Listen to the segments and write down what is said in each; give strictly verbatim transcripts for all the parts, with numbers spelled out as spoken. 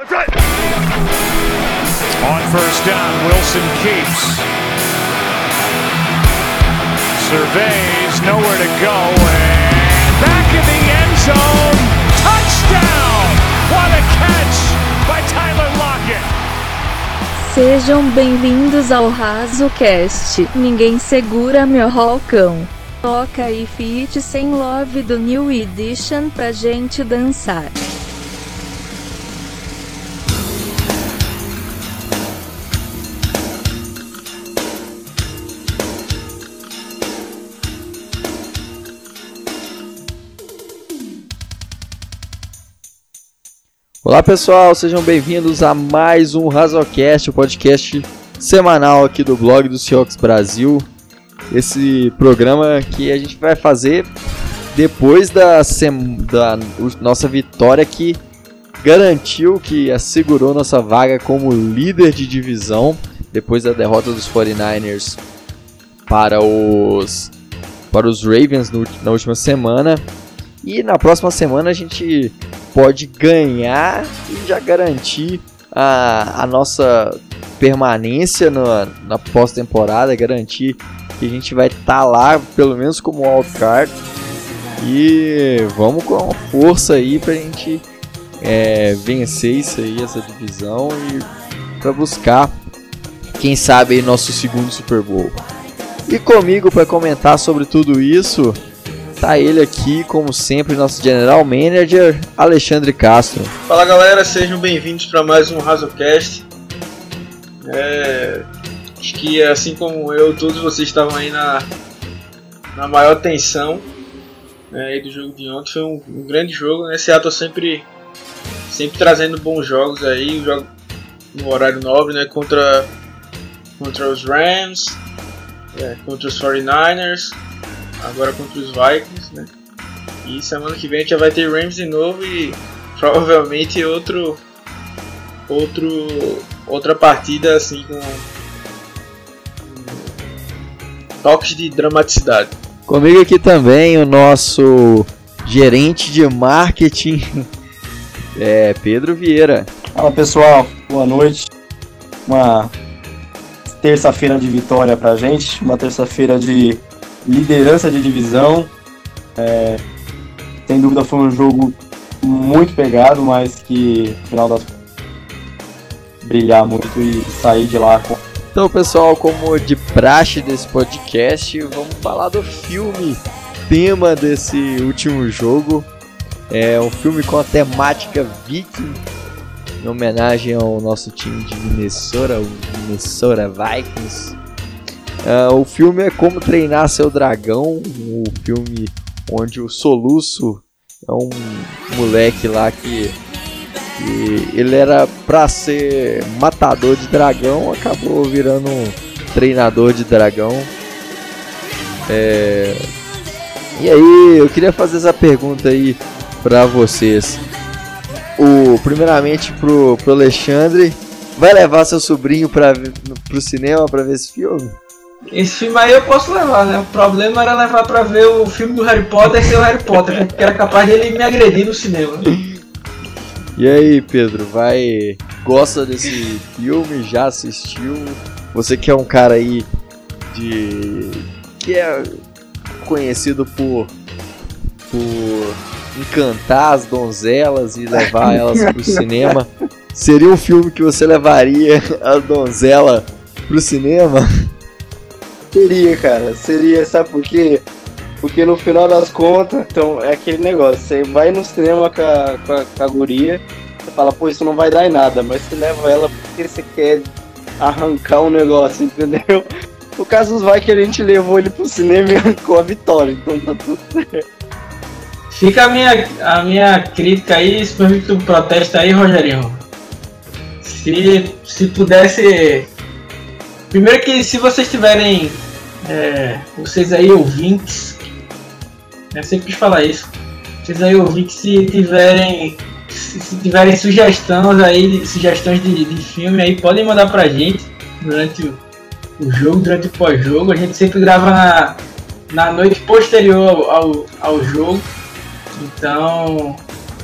On first down, Wilson keeps. Surveys, nowhere to go, and back in the end zone. Touchdown! What a catch by Tyler Lockett! Sejam bem-vindos ao RazoCast. Ninguém segura meu Halcão. Toca aí Fit Sem Love do New Edition pra gente dançar. Olá pessoal, sejam bem-vindos a mais um RazoCast, o podcast semanal aqui do blog do Seahawks Brasil. Esse programa que a gente vai fazer depois da, sem... da nossa vitória que garantiu, que assegurou nossa vaga como líder de divisão, depois da derrota dos quarenta e nove ers para os, para os Ravens no... na última semana. E na próxima semana a gente pode ganhar e já garantir a, a nossa permanência na, na pós-temporada, garantir que a gente vai estar tá lá, pelo menos como wildcard. E vamos com a força aí pra gente é, vencer isso aí, essa divisão, e para buscar, quem sabe, aí, nosso segundo Super Bowl. E comigo para comentar sobre tudo isso tá ele aqui, como sempre, nosso General Manager, Alexandre Castro. Fala galera, sejam bem-vindos para mais um RazoCast. É, acho que assim como eu, todos vocês estavam aí na, na maior tensão, né, do jogo de ontem. Foi um, um grande jogo, né? Seattle sempre, sempre trazendo bons jogos aí, um jogo no horário nobre, né? Contra, contra os Rams, é, contra os quarenta e nove ers. Agora contra os Vikings, né? E semana que vem a gente já vai ter Rams de novo e provavelmente outro, outro, outra partida assim com, com toques de dramaticidade. Comigo aqui também o nosso gerente de marketing, é Pedro Vieira. Fala pessoal, boa noite. Uma terça-feira de vitória pra gente, uma terça-feira de liderança de divisão. É, sem dúvida foi um jogo muito pegado, mas que no final das brilhar muito e sair de lá com... Então pessoal, como de praxe desse podcast, vamos falar do filme tema desse último jogo. É um filme com a temática Viking, em homenagem ao nosso time de Minnesota, o Minnesota Vikings. Uh, o filme é Como Treinar Seu Dragão, um filme onde o Soluço é um moleque lá que, que ele era pra ser matador de dragão, acabou virando um treinador de dragão. É... E aí, eu queria fazer essa pergunta aí pra vocês. O, primeiramente pro, pro Alexandre, vai levar seu sobrinho pra, pro cinema pra ver esse filme? Esse filme aí eu posso levar, né? O problema era levar pra ver o filme do Harry Potter e ser o Harry Potter, né? Porque era capaz dele me agredir no cinema. E aí, Pedro, vai... gosta desse filme? Já assistiu? Você que é um cara aí de... que é conhecido por... por encantar as donzelas e levar elas pro cinema. Seria um filme que você levaria a donzela pro cinema? Seria, cara, seria, sabe por quê? Porque no final das contas, então, é aquele negócio, você vai no cinema com a, com a, com a guria, você fala, pô, isso não vai dar em nada, mas você leva ela porque você quer arrancar um negócio, entendeu? No caso dos Vikings, a gente levou ele pro cinema e arrancou a vitória, então tá tudo certo. Fica a minha, a minha crítica aí, se permite um protesto aí, Rogerinho. Se, se pudesse... Primeiro que se vocês tiverem, é, vocês aí ouvintes, eu sempre quis falar isso, vocês aí ouvintes, se tiverem, se, se tiverem sugestões aí, sugestões de, de filme aí, podem mandar pra gente durante o, o jogo, durante o pós-jogo. A gente sempre grava na, na noite posterior ao, ao, ao jogo, então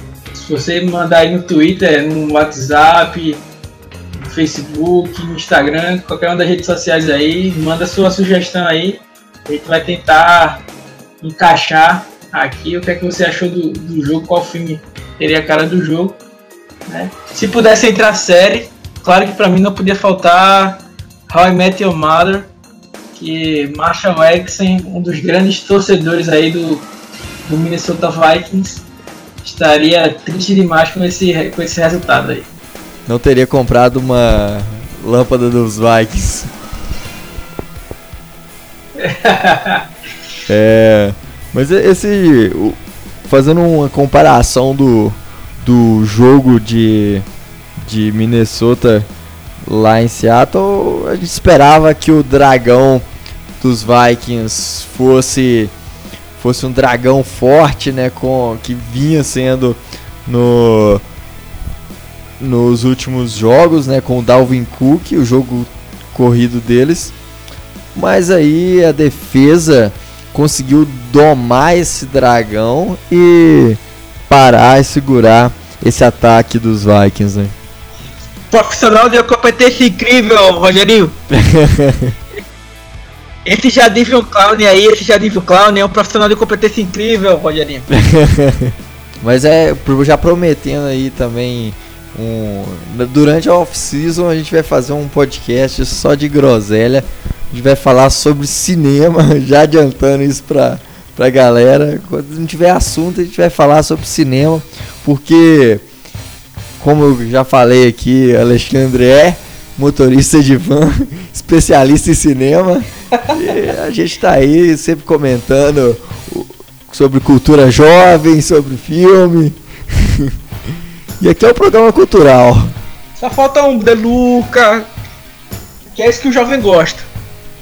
Se você mandar aí no Twitter, no WhatsApp, no Facebook, no Instagram, qualquer uma das redes sociais aí, manda sua sugestão aí. A gente vai tentar encaixar aqui o que é que você achou do, do jogo, qual filme teria a cara do jogo, né? Se pudesse entrar série, claro que pra mim não podia faltar How I Met Your Mother, que Marshall Eriksen, um dos grandes torcedores aí do, do Minnesota Vikings, estaria triste demais com esse, com esse resultado aí. Não teria comprado uma lâmpada dos Vikings. É, mas esse, fazendo uma comparação do, do jogo de, de Minnesota lá em Seattle, a gente esperava que o dragão dos Vikings fosse, fosse um dragão forte, né, com, que vinha sendo no, nos últimos jogos, né, com o Dalvin Cook, o jogo corrido deles. Mas aí a defesa conseguiu domar esse dragão e parar e segurar esse ataque dos Vikings, né? Profissional de competência incrível, Rogerinho. Esse Jadivio Clown aí, esse Jadivio Clown é um profissional de competência incrível, Rogerinho. Mas é, já prometendo aí também, um, durante a off-season a gente vai fazer um podcast só de groselha. A gente vai falar sobre cinema, já adiantando isso pra, pra galera. Quando não tiver assunto, a gente vai falar sobre cinema, porque, como eu já falei aqui, Alexandre é motorista de van, especialista em cinema, e a gente tá aí sempre comentando sobre cultura jovem, sobre filme. E aqui é um programa cultural. Só falta um De Luca, que é isso que o jovem gosta.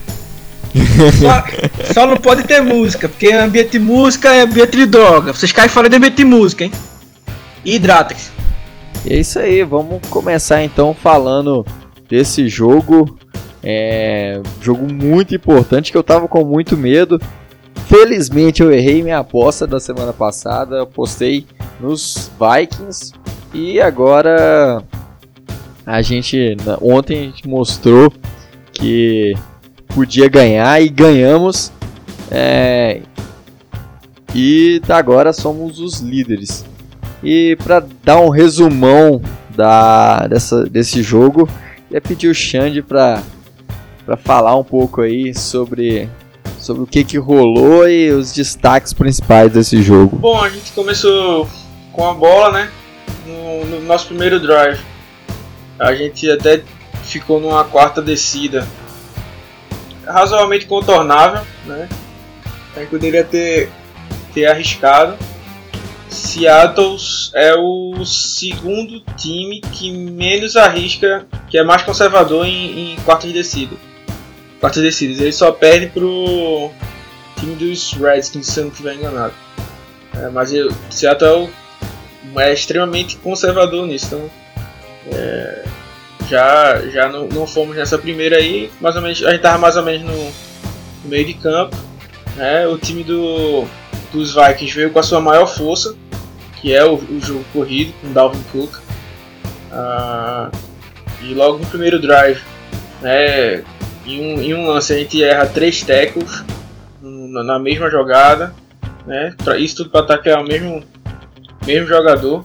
Só, só não pode ter música, porque ambiente de música é ambiente de droga. Vocês caem fora de ambiente de música, hein? E hidratem-se. E é isso aí, vamos começar então falando desse jogo. É jogo muito importante que eu tava com muito medo. Felizmente eu errei minha aposta da semana passada. Eu apostei nos Vikings. E agora a gente, ontem a gente mostrou que podia ganhar e ganhamos, é, e agora somos os líderes. E para dar um resumão da, dessa, desse jogo, ia pedir o Xande para falar um pouco aí sobre, sobre o que, que rolou e os destaques principais desse jogo. Bom, a gente começou com a bola, né, no, no nosso primeiro drive. A gente até ficou numa quarta descida razoavelmente contornável, né? A gente poderia ter, ter arriscado. Seattle é o segundo time que menos arrisca, que é mais conservador em, em quartas de descida. Quartas descidas. Ele só perde pro time dos Redskins, se eu não estiver enganado. É, mas o Seattle é extremamente conservador nisso. Então, é, Já, já não, não fomos nessa primeira aí, mais ou menos, a gente estava mais ou menos no, no meio de campo, né? O time do, dos Vikings veio com a sua maior força, que é o, o jogo corrido, com Dalvin Cook. Ah, e logo no primeiro drive, né, em, um, em um lance a gente erra três tackles na, na mesma jogada, né? Isso tudo para atacar o mesmo, mesmo jogador.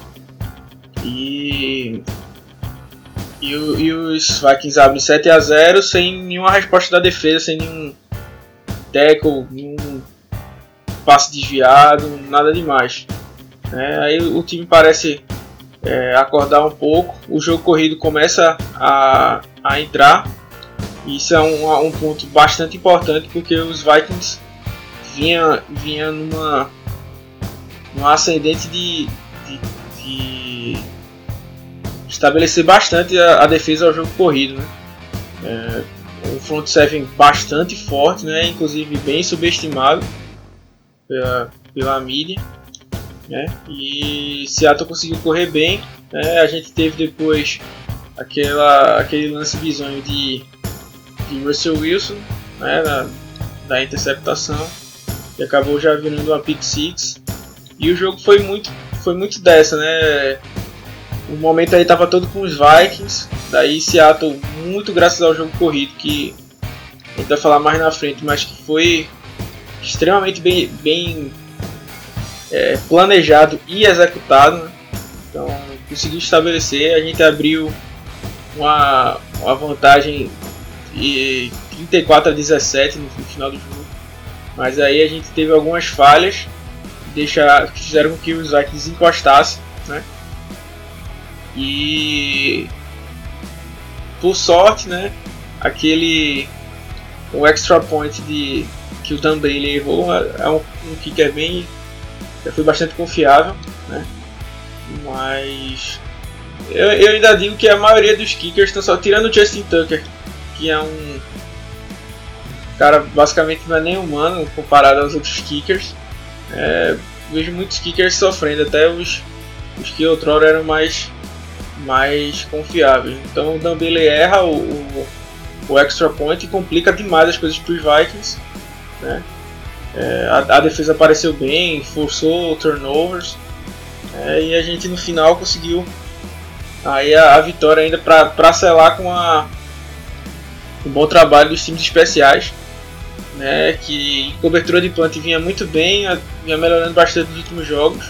E... E, o, e os Vikings abrem sete a zero sem nenhuma resposta da defesa, sem nenhum tackle, nenhum passe desviado, nada demais. É, aí o time parece é, acordar um pouco, o jogo corrido começa a, a entrar. Isso é um, um ponto bastante importante, porque os Vikings vinham vinha numa, numa ascendente de, de, de estabelecer bastante a, a defesa ao jogo corrido, né? É, um front seven bastante forte, né? Inclusive bem subestimado pela, pela mídia, né? E Seattle conseguiu correr bem, né? A gente teve depois aquela, aquele lance bizonho de, de Russell Wilson, né? Da, da interceptação, que acabou já virando uma pick six, e o jogo foi muito foi muito dessa, né? O momento aí tava todo com os Vikings, daí Seattle, muito graças ao jogo corrido, que a gente vai falar mais na frente, mas que foi extremamente bem, bem é, planejado e executado, né? Então conseguiu estabelecer, a gente abriu uma, uma vantagem de trinta e quatro a dezessete no final do jogo, mas aí a gente teve algumas falhas deixar, que fizeram com que os Vikings encostassem, né? E por sorte, né, aquele o extra point de que o Dan Bailey errou é um, um kicker bem, foi bastante confiável, né? Mas eu, eu ainda digo que a maioria dos kickers estão só tirando o Justin Tucker, que é um cara basicamente não é nem humano comparado aos outros kickers. É, vejo muitos kickers sofrendo, até os, os que outrora eram mais, mais confiáveis. Então o Dan Bailey erra o, o, o extra point e complica demais as coisas para os Vikings, né? É, a, a defesa apareceu bem, forçou turnovers, é, e a gente no final conseguiu aí a, a vitória ainda para selar com a, um bom trabalho dos times especiais, né, que em cobertura de punt vinha muito bem, vinha melhorando bastante nos últimos jogos,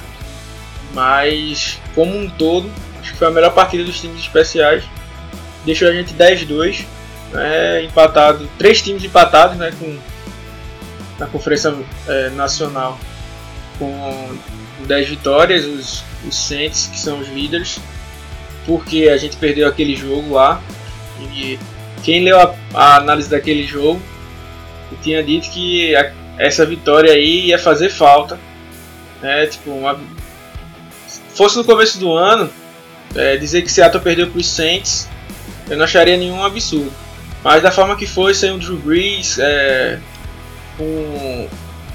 mas como um todo, acho que foi a melhor partida dos times especiais, deixou a gente dez a dois, né, empatado, três times empatados, né, com, na conferência é, nacional com dez vitórias, os, os Saints, que são os líderes, porque a gente perdeu aquele jogo lá, e quem leu a, a análise daquele jogo eu tinha dito que a, essa vitória aí ia fazer falta, né? Tipo, uma, se fosse no começo do ano, é, dizer que Seattle perdeu para os Saints, eu não acharia nenhum absurdo. Mas da forma que foi, sem o Drew Brees, é, com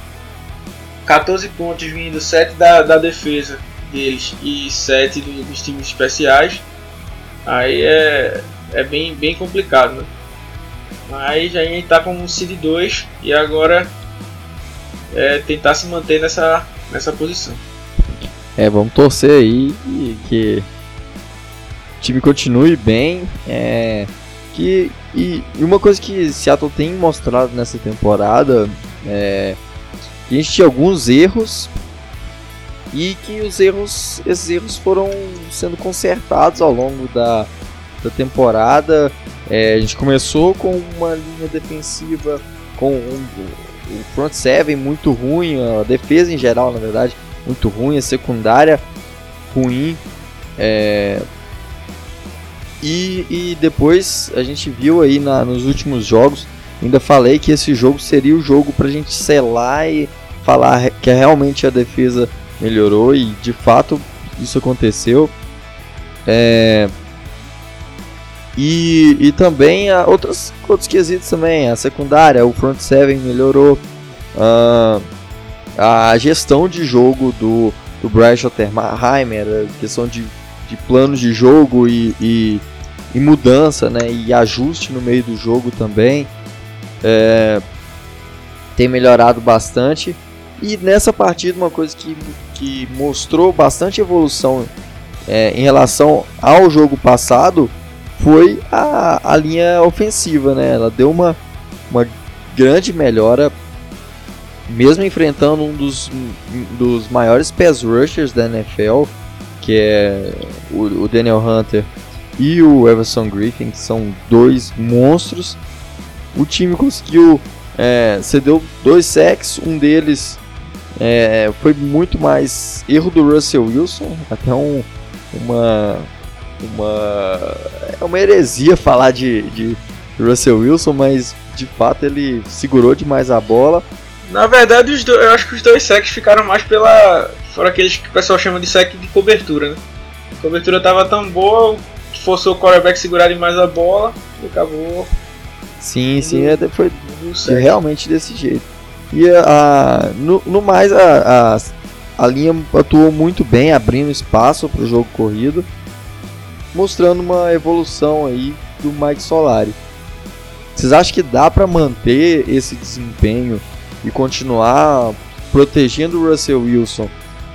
catorze pontos vindo, sete da, da defesa deles e sete do, dos times especiais, aí é, é bem, bem complicado, né? Mas a gente tá com um seed dois e agora é tentar se manter nessa, nessa posição. É, vamos torcer aí que, que o time continue bem. É, que, e, e uma coisa que Seattle tem mostrado nessa temporada é que a gente tinha alguns erros e que os erros, esses erros foram sendo consertados ao longo da, da temporada. É, a gente começou com uma linha defensiva com um, o front seven muito ruim, a defesa em geral, na verdade, muito ruim, a secundária ruim. É, e, e depois a gente viu aí na, nos últimos jogos, ainda falei que esse jogo seria o jogo pra gente selar e falar que realmente a defesa melhorou, e de fato isso aconteceu. É, E, e também a outros, outros quesitos também, a secundária, o front seven melhorou, uh, a gestão de jogo do, do Brian Schottenheimer, a questão de, de planos de jogo e, e, e mudança, né, e ajuste no meio do jogo também, é, tem melhorado bastante. E nessa partida uma coisa que, que mostrou bastante evolução é, em relação ao jogo passado foi a, a linha ofensiva, né? Ela deu uma, uma grande melhora, mesmo enfrentando um dos, um dos maiores pass rushers da N F L, que é o, o Daniel Hunter e o Everson Griffin, que são dois monstros. O time conseguiu, é, cedeu dois sacks, um deles é, foi muito mais erro do Russell Wilson, até um, uma... Uma, é uma heresia falar de, de Russell Wilson, mas de fato ele segurou demais a bola. Na verdade, os dois, eu acho que os dois sacks ficaram mais pela. Foram aqueles que o pessoal chama de sack de cobertura, né? A cobertura estava tão boa que forçou o quarterback a segurar demais a bola e acabou. Sim, sim, é, foi realmente desse jeito. E a, no, no mais, a, a, a linha atuou muito bem, abrindo espaço para o jogo corrido, mostrando uma evolução aí do Mike Solari. Vocês acham que dá para manter esse desempenho e continuar protegendo o Russell Wilson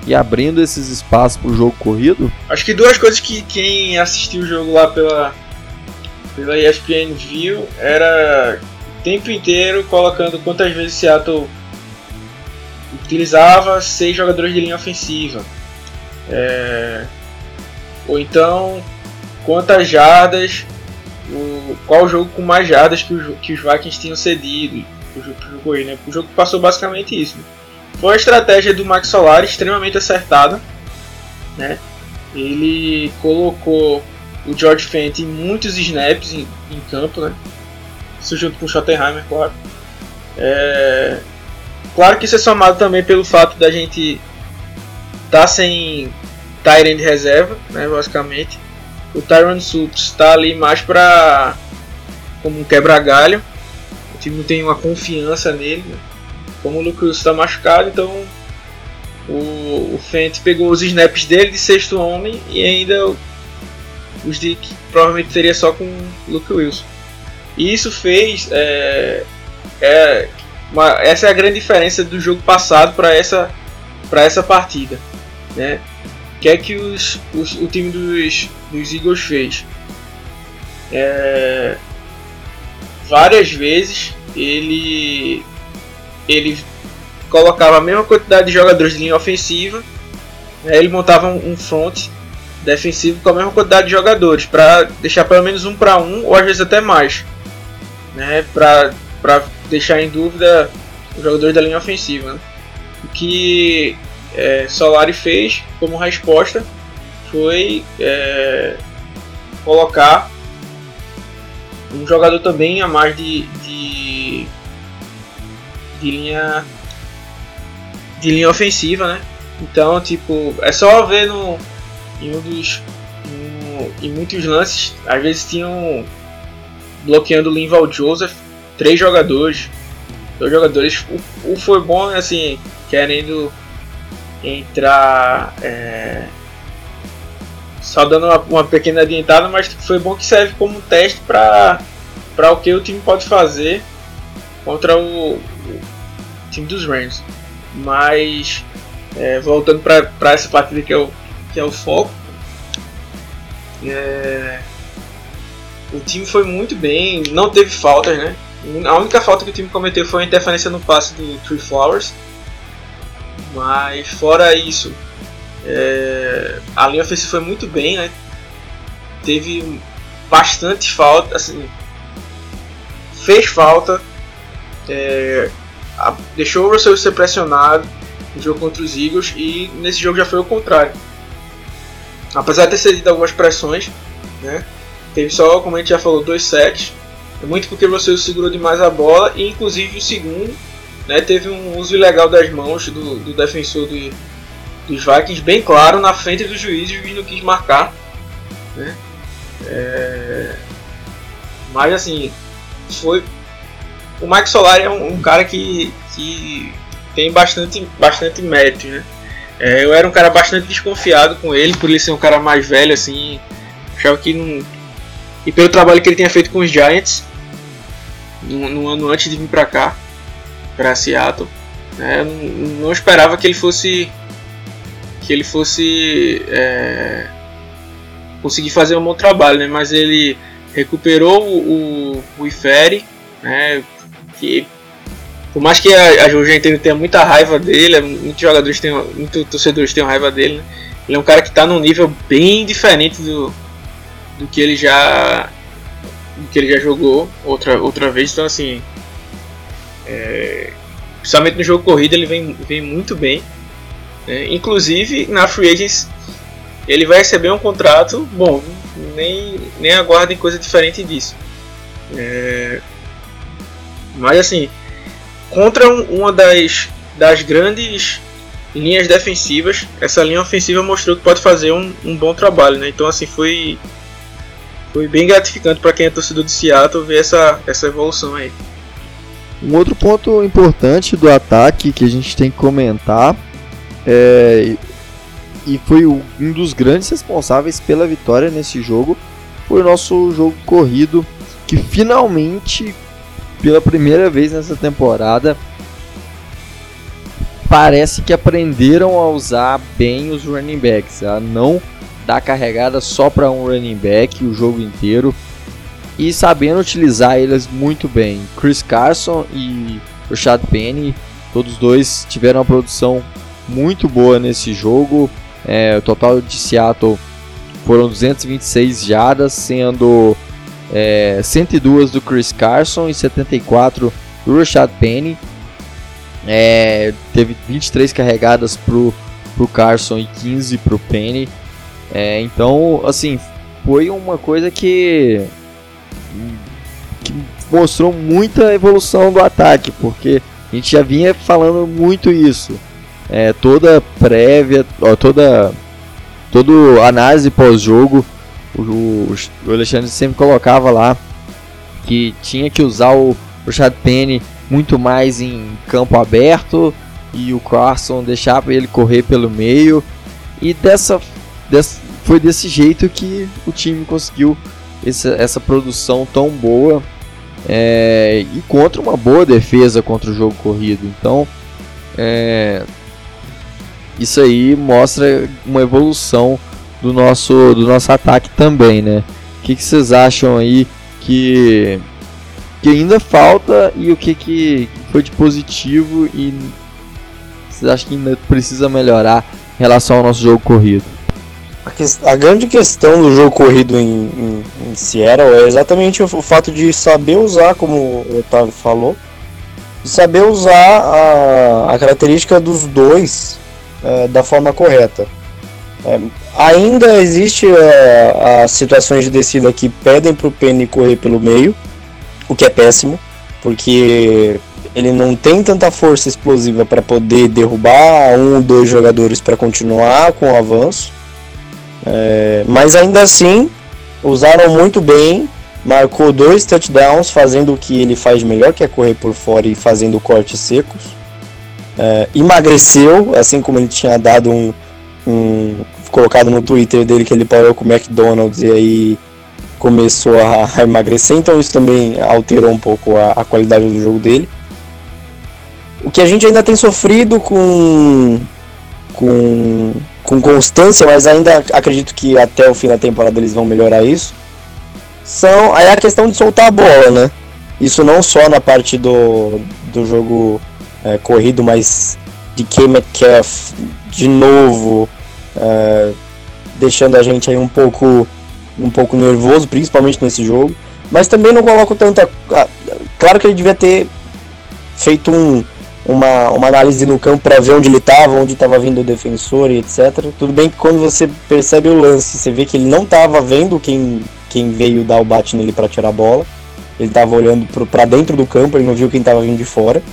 e abrindo esses espaços para o jogo corrido? Acho que duas coisas que quem assistiu o jogo lá pela, pela E S P N viu era o tempo inteiro colocando quantas vezes Seattle utilizava seis jogadores de linha ofensiva. É, ou então quantas jardas, o, qual o jogo com mais jardas que, o, que os Vikings tinham cedido o jogo, o jogo corrido, né? O jogo passou basicamente isso, né? Foi a estratégia do Mike Solari extremamente acertada, né? Ele colocou o George Fant em muitos snaps em, em campo, né? Isso junto com o Schottenheimer, claro. É, claro que isso é somado também pelo fato da gente estar tá sem tight end reserva, né? Basicamente, o Tyron Supes está ali mais para como um quebra-galho. O time não tem uma confiança nele, né? Como o Luke Wilson está machucado, então o, o Fant pegou os snaps dele de sexto homem e ainda os de que provavelmente seria só com o Luke Wilson. E isso fez é, é, uma, essa é a grande diferença do jogo passado para essa para essa partida, né? O que é que os, os, o time dos, dos Eagles fez? É, várias vezes ele ele colocava a mesma quantidade de jogadores de linha ofensiva, né? Ele montava um, um front defensivo com a mesma quantidade de jogadores para deixar pelo menos um para um ou às vezes até mais, né? Para para deixar em dúvida os jogadores da linha ofensiva, né? O que é, Solari fez como resposta foi é, colocar um jogador também a mais de, de, de linha de linha ofensiva, né? Então, tipo, é só ver no em um dos no, em muitos lances, às vezes tinham bloqueando o Linval Joseph três jogadores, dois jogadores. O, o foi bom, assim, querendo entrar é, só dando uma, uma pequena adiantada, mas foi bom que serve como teste para para o que o time pode fazer contra o, o time dos Rams. Mas é, voltando para essa partida que é o, que é o foco, é, o time foi muito bem, não teve faltas, né? A única falta que o time cometeu foi a interferência no passe do Trey Flowers, mas fora isso, é, a linha ofensiva foi muito bem, né? Teve bastante falta, assim, fez falta, é, a, deixou o Russell ser pressionado no jogo contra os Eagles, e nesse jogo já foi o contrário. Apesar de ter cedido algumas pressões, né, teve só, como a gente já falou, dois sacks. É muito porque o Russell segurou demais a bola, e inclusive o segundo, né, teve um uso ilegal das mãos do, do defensor do, dos Vikings, bem claro, na frente do juiz, e o juiz não quis marcar, né. É, mas assim, foi... O Mike Solari é um, um cara que, que tem bastante, bastante mérito, né? É, eu era um cara bastante desconfiado com ele, por ele ser um cara mais velho, assim, achava que não... E pelo trabalho que ele tinha feito com os Giants, no, no ano antes de vir pra cá, pra Seattle, né? Eu não, não esperava que ele fosse... Que ele fosse... É, conseguir fazer um bom trabalho, né? Mas ele recuperou o, o, o Ifere, né? Que, por mais que a, a Argentina tenha muita raiva dele, muitos jogadores tenham, muitos torcedores tenham raiva dele, né? Ele é um cara que está num nível bem diferente do, do que ele já do que ele já jogou outra, outra vez. Então, assim, é, principalmente no jogo corrido, ele vem, vem muito bem, né? Inclusive na Free Agents ele vai receber um contrato bom, nem, nem aguardem coisa diferente disso. É, mas assim, contra um, uma das, das grandes linhas defensivas, essa linha ofensiva mostrou que pode fazer um, um bom trabalho, né? Então assim, foi, foi bem gratificante para quem é torcedor de Seattle ver essa, essa evolução aí. Um outro ponto importante do ataque que a gente tem que comentar é, e foi um dos grandes responsáveis pela vitória nesse jogo, foi o nosso jogo corrido, que finalmente, pela primeira vez nessa temporada, parece que aprenderam a usar bem os running backs, a não dar carregada só para um running back o jogo inteiro e sabendo utilizar eles muito bem. Chris Carson e Rashad Penny, todos dois tiveram uma produção muito boa nesse jogo. É, o total de Seattle foram duzentas e vinte e seis jardas, sendo é, cento e duas do Chris Carson e setenta e quatro do Rashad Penny. É, teve vinte e três carregadas pro, pro Carson e quinze pro Penny. É, então, assim, foi uma coisa que, que mostrou muita evolução do ataque, porque a gente já vinha falando muito isso. É, toda prévia, ó, toda, toda análise pós-jogo, o, o, o Alexandre sempre colocava lá que tinha que usar o Rashad Penny muito mais em campo aberto e o Carson deixar ele correr pelo meio, e dessa, dessa foi desse jeito que o time conseguiu essa, essa produção tão boa, é, e contra uma boa defesa contra o jogo corrido. Então é, isso aí mostra uma evolução do nosso, do nosso ataque também, né? O que, que vocês acham aí que que ainda falta e o que, que foi de positivo e vocês acham que ainda precisa melhorar em relação ao nosso jogo corrido? A, que, a grande questão do jogo corrido em, em, em Seattle é exatamente o, o fato de saber usar, como o Otávio falou, de saber usar a, a característica dos dois é, da forma correta. É, ainda existe é, as situações de descida que pedem para o Penny correr pelo meio, o que é péssimo, porque ele não tem tanta força explosiva para poder derrubar um ou dois jogadores para continuar com o avanço. É, mas ainda assim, usaram muito bem, marcou dois touchdowns, fazendo o que ele faz melhor, que é correr por fora e fazendo cortes secos. É, emagreceu, assim como ele tinha dado um, um... colocado no Twitter dele que ele parou com o McDonald's e aí começou a, a emagrecer, então isso também alterou um pouco a, a qualidade do jogo dele. O que a gente ainda tem sofrido com, com, com constância, mas ainda acredito que até o fim da temporada eles vão melhorar isso, são aí a questão de soltar a bola, né? Isso não só na parte do, do jogo é, corrido, mas de K. Metcalf de novo, é, deixando a gente aí um pouco um pouco nervoso, principalmente nesse jogo, mas também não coloco tanta... Claro que ele devia ter feito um, uma, uma análise no campo para ver onde ele estava, onde estava vindo o defensor e etcétera. Tudo bem que quando você percebe o lance, você vê que ele não estava vendo quem, quem veio dar o bate nele para tirar a bola, ele estava olhando para dentro do campo, ele não viu quem estava vindo de fora.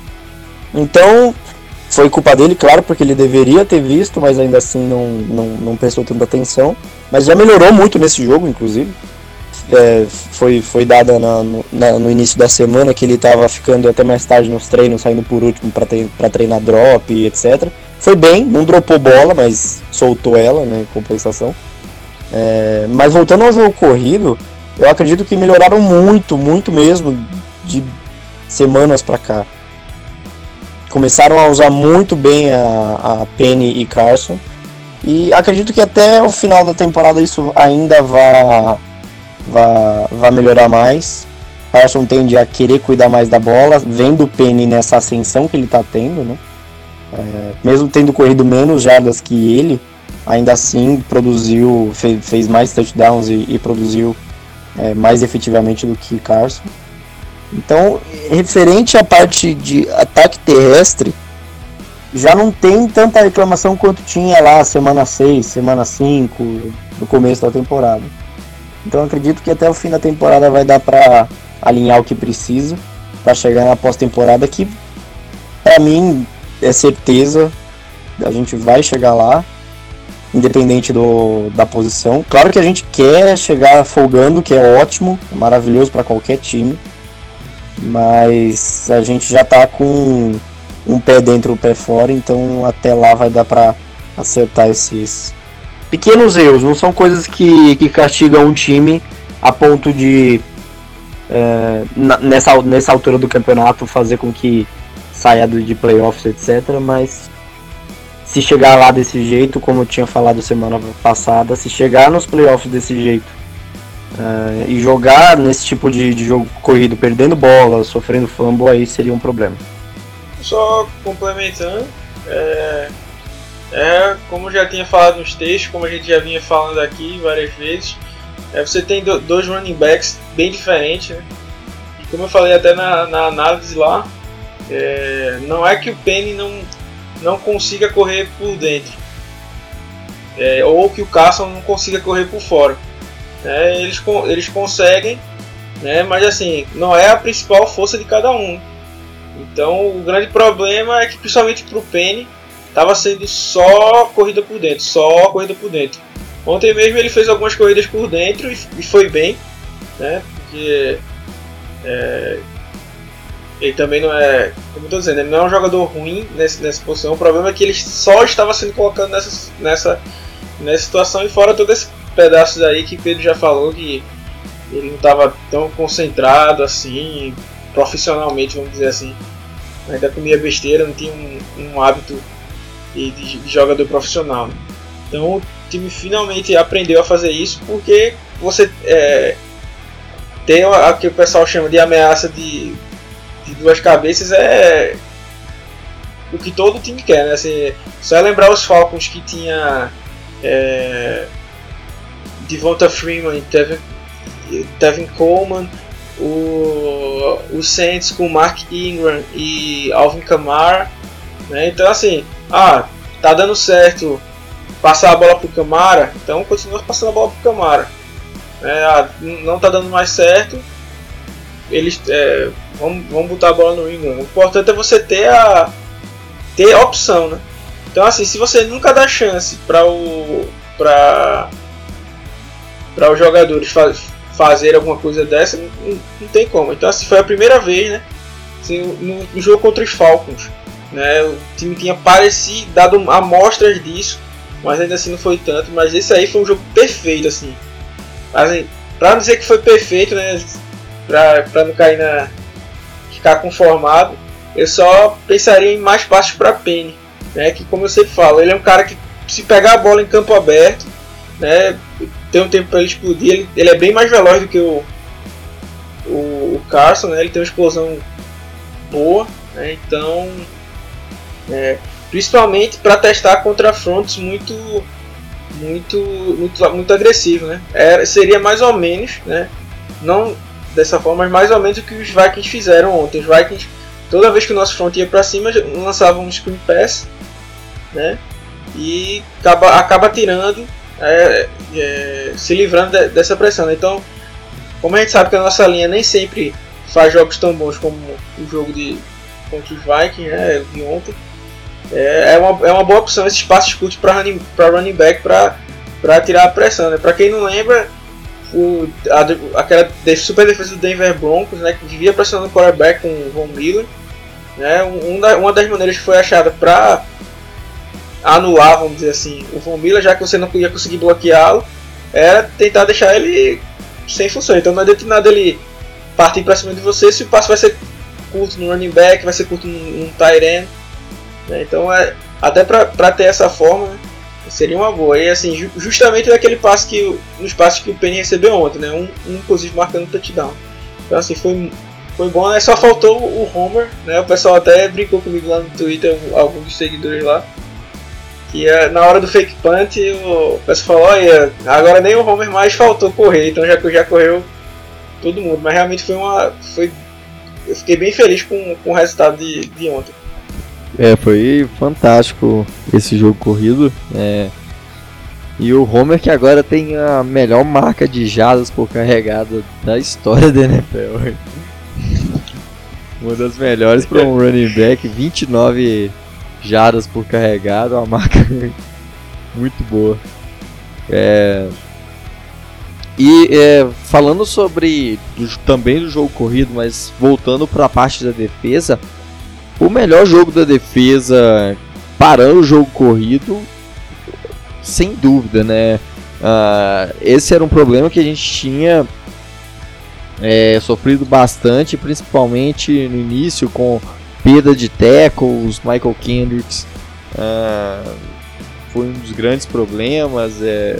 Então foi culpa dele, claro, porque ele deveria ter visto, mas ainda assim não, não, não prestou tanta atenção. Mas já melhorou muito nesse jogo, inclusive. É, foi, foi dada na, no, na, no início da semana que ele estava ficando até mais tarde nos treinos, saindo por último para treinar drop e etcétera. Foi bem, não dropou bola, mas soltou ela, né, em compensação. É, mas voltando ao jogo corrido, eu acredito que melhoraram muito, muito mesmo, de semanas para cá. Começaram a usar muito bem a, a Penny e Carson. E acredito que até o final da temporada isso ainda vai, vai, vai melhorar mais. Carson tende a querer cuidar mais da bola, vendo o Penny nessa ascensão que ele está tendo, né? É, mesmo tendo corrido menos jardas que ele, ainda assim produziu, fez, fez mais touchdowns e, e produziu é, mais efetivamente do que Carson. Então, referente à parte de ataque terrestre, já não tem tanta reclamação quanto tinha lá semana seis, semana cinco, no começo da temporada. Então acredito que até o fim da temporada vai dar para alinhar o que precisa para chegar na pós-temporada, que para mim é certeza, a gente vai chegar lá, independente do, da posição. Claro que a gente quer chegar folgando, que é ótimo, é maravilhoso para qualquer time, mas a gente já tá com um pé dentro e um pé fora, então até lá vai dar para acertar esses pequenos erros. Não são coisas que, que castigam um time a ponto de é, nessa, nessa altura do campeonato fazer com que saia de playoffs, etcétera. Mas se chegar lá desse jeito, como eu tinha falado semana passada, se chegar nos playoffs desse jeito uh, e jogar nesse tipo de, de jogo corrido, perdendo bola, sofrendo fumble, aí seria um problema. Só complementando, é, é como eu já tinha falado nos textos, como a gente já vinha falando aqui várias vezes, é, você tem do, dois running backs bem diferentes, né? E como eu falei até na, na análise lá, é, não é que o Penny não, não consiga correr por dentro, é, ou que o Carson não consiga correr por fora. É, eles, eles conseguem, né, mas assim, não é a principal força de cada um. Então o grande problema é que, principalmente para o Penny, estava sendo só corrida por dentro, só corrida por dentro. Ontem mesmo ele fez algumas corridas por dentro e, e foi bem, né? Porque é, ele também não é, como eu estou dizendo, ele não é um jogador ruim nessa, nessa posição. O problema é que ele só estava sendo colocado nessa, nessa, nessa situação, e fora todos esses pedaços aí que Pedro já falou, que ele não estava tão concentrado assim, profissionalmente, vamos dizer assim. Ainda comia besteira, não tinha um, um hábito de, de, de jogador profissional, né? Então o time finalmente aprendeu a fazer isso, porque você é, tem a, a que o pessoal chama de ameaça de, de duas cabeças, é o que todo time quer, né? Assim, só é lembrar os Falcons que tinha é, Devonta Freeman, Tevin, Tevin Coleman, o, o Saints com Mark Ingram e Alvin Kamara, né? Então assim, ah, tá dando certo passar a bola pro Kamara, então continua passando a bola pro Kamara. É, ah, não tá dando mais certo, eles é, vamos, vamos botar a bola no Ingram. O importante é você ter a ter a opção, né? Então assim, se você nunca dá chance para o para para os jogadores faz, fazer alguma coisa dessa, não, não tem como. Então assim, foi a primeira vez, né? Assim, no, no jogo contra os Falcons, né? O time tinha parecido, dado amostras disso, mas ainda assim não foi tanto. Mas esse aí foi um jogo perfeito, assim. assim pra não dizer que foi perfeito, né? Pra, pra não cair na... ficar conformado, eu só pensaria em mais passes para Penny, né? Que, como eu sempre falo, ele é um cara que, se pegar a bola em campo aberto, né, tem um tempo para ele explodir. Ele, ele é bem mais veloz do que o, o, o Carson, né? Ele tem uma explosão boa, né? Então, é, principalmente para testar contra fronts muito, muito, muito, muito agressivo, né? É, seria mais ou menos, né? Não dessa forma, mas mais ou menos o que os Vikings fizeram ontem. Os Vikings, toda vez que o nosso front ia para cima, lançavam um screen pass, né? E acaba, acaba tirando, é, é, se livrando de, dessa pressão, né? Então, como a gente sabe que a nossa linha nem sempre faz jogos tão bons como o jogo de contra os Vikings, né, de ontem, é, é, uma, é uma boa opção esses passes curtos para running, running back para tirar a pressão, né? Para quem não lembra, o, a, aquela super defesa do Denver Broncos, né, que vivia pressionando o quarterback com o Von Miller, né? Um da, uma das maneiras que foi achada para anular, vamos dizer assim, o Von Miller, já que você não ia conseguir bloqueá-lo, era tentar deixar ele sem função. Então não adianta nada ele partir para cima de você se o passe vai ser curto no running back, vai ser curto num tight end, né? Então é, até para ter essa forma, né, seria uma boa. E assim, ju- justamente naquele passe que nos passes que o Penny recebeu ontem, né? Um, um inclusive marcando touchdown. Então assim, foi, foi bom, né? Só faltou o Homer, né? O pessoal até brincou comigo lá no Twitter, alguns dos seguidores lá, que é, na hora do fake punt o pessoal falou, olha, agora nem o Homer mais faltou correr, então já, já correu todo mundo. Mas realmente foi uma... Foi, eu fiquei bem feliz com, com o resultado de, de ontem. É, foi fantástico esse jogo corrido. É, e o Homer, que agora tem a melhor marca de jardas por carregada da história da N F L. Uma das melhores para um running back, vinte e nove jardas por carregado, uma marca muito boa. É, e é, falando sobre do, também do jogo corrido, mas voltando para a parte da defesa, o melhor jogo da defesa parando o jogo corrido, sem dúvida, né? Uh, esse era um problema que a gente tinha é, sofrido bastante, principalmente no início com perda de tackles, Michael Kendricks uh, foi um dos grandes problemas. É,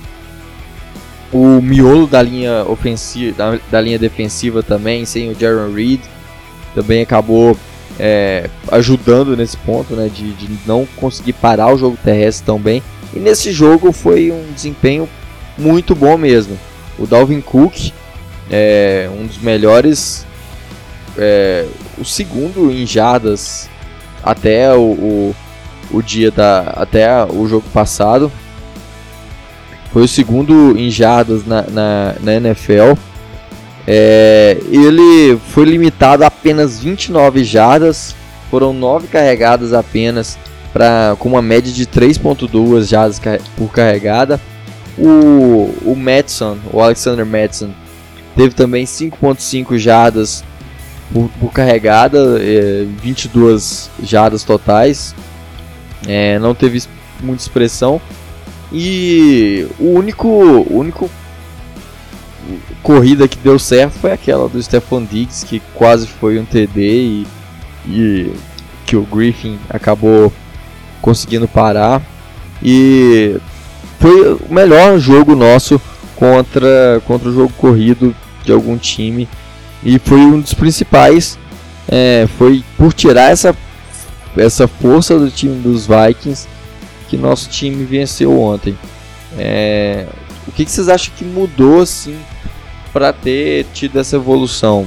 o miolo da linha ofensiva, da, da linha defensiva também, sem o Jaron Reed, também acabou é, ajudando nesse ponto, né, de, de não conseguir parar o jogo terrestre tão bem. E nesse jogo foi um desempenho muito bom mesmo. O Dalvin Cook é um dos melhores, é, o segundo em jardas até o, o, o dia da, até o jogo passado. Foi o segundo em jardas na, na, na N F L. É, ele foi limitado a apenas vinte e nove jardas, foram nove carregadas apenas, pra, com uma média de três vírgula dois jardas por carregada. O, o Madison, o Alexander Madison, teve também cinco vírgula cinco jardas por, por carregada, é, vinte e duas jardas totais, é, não teve muita expressão. E o único, o único corrida que deu certo foi aquela do Stephon Diggs, que quase foi um T D e, e que o Griffin acabou conseguindo parar. E foi o melhor jogo nosso contra, contra o jogo corrido de algum time, e foi um dos principais, é, foi por tirar essa, essa força do time dos Vikings que nosso time venceu ontem. É, o que, que vocês acham que mudou assim para ter tido essa evolução?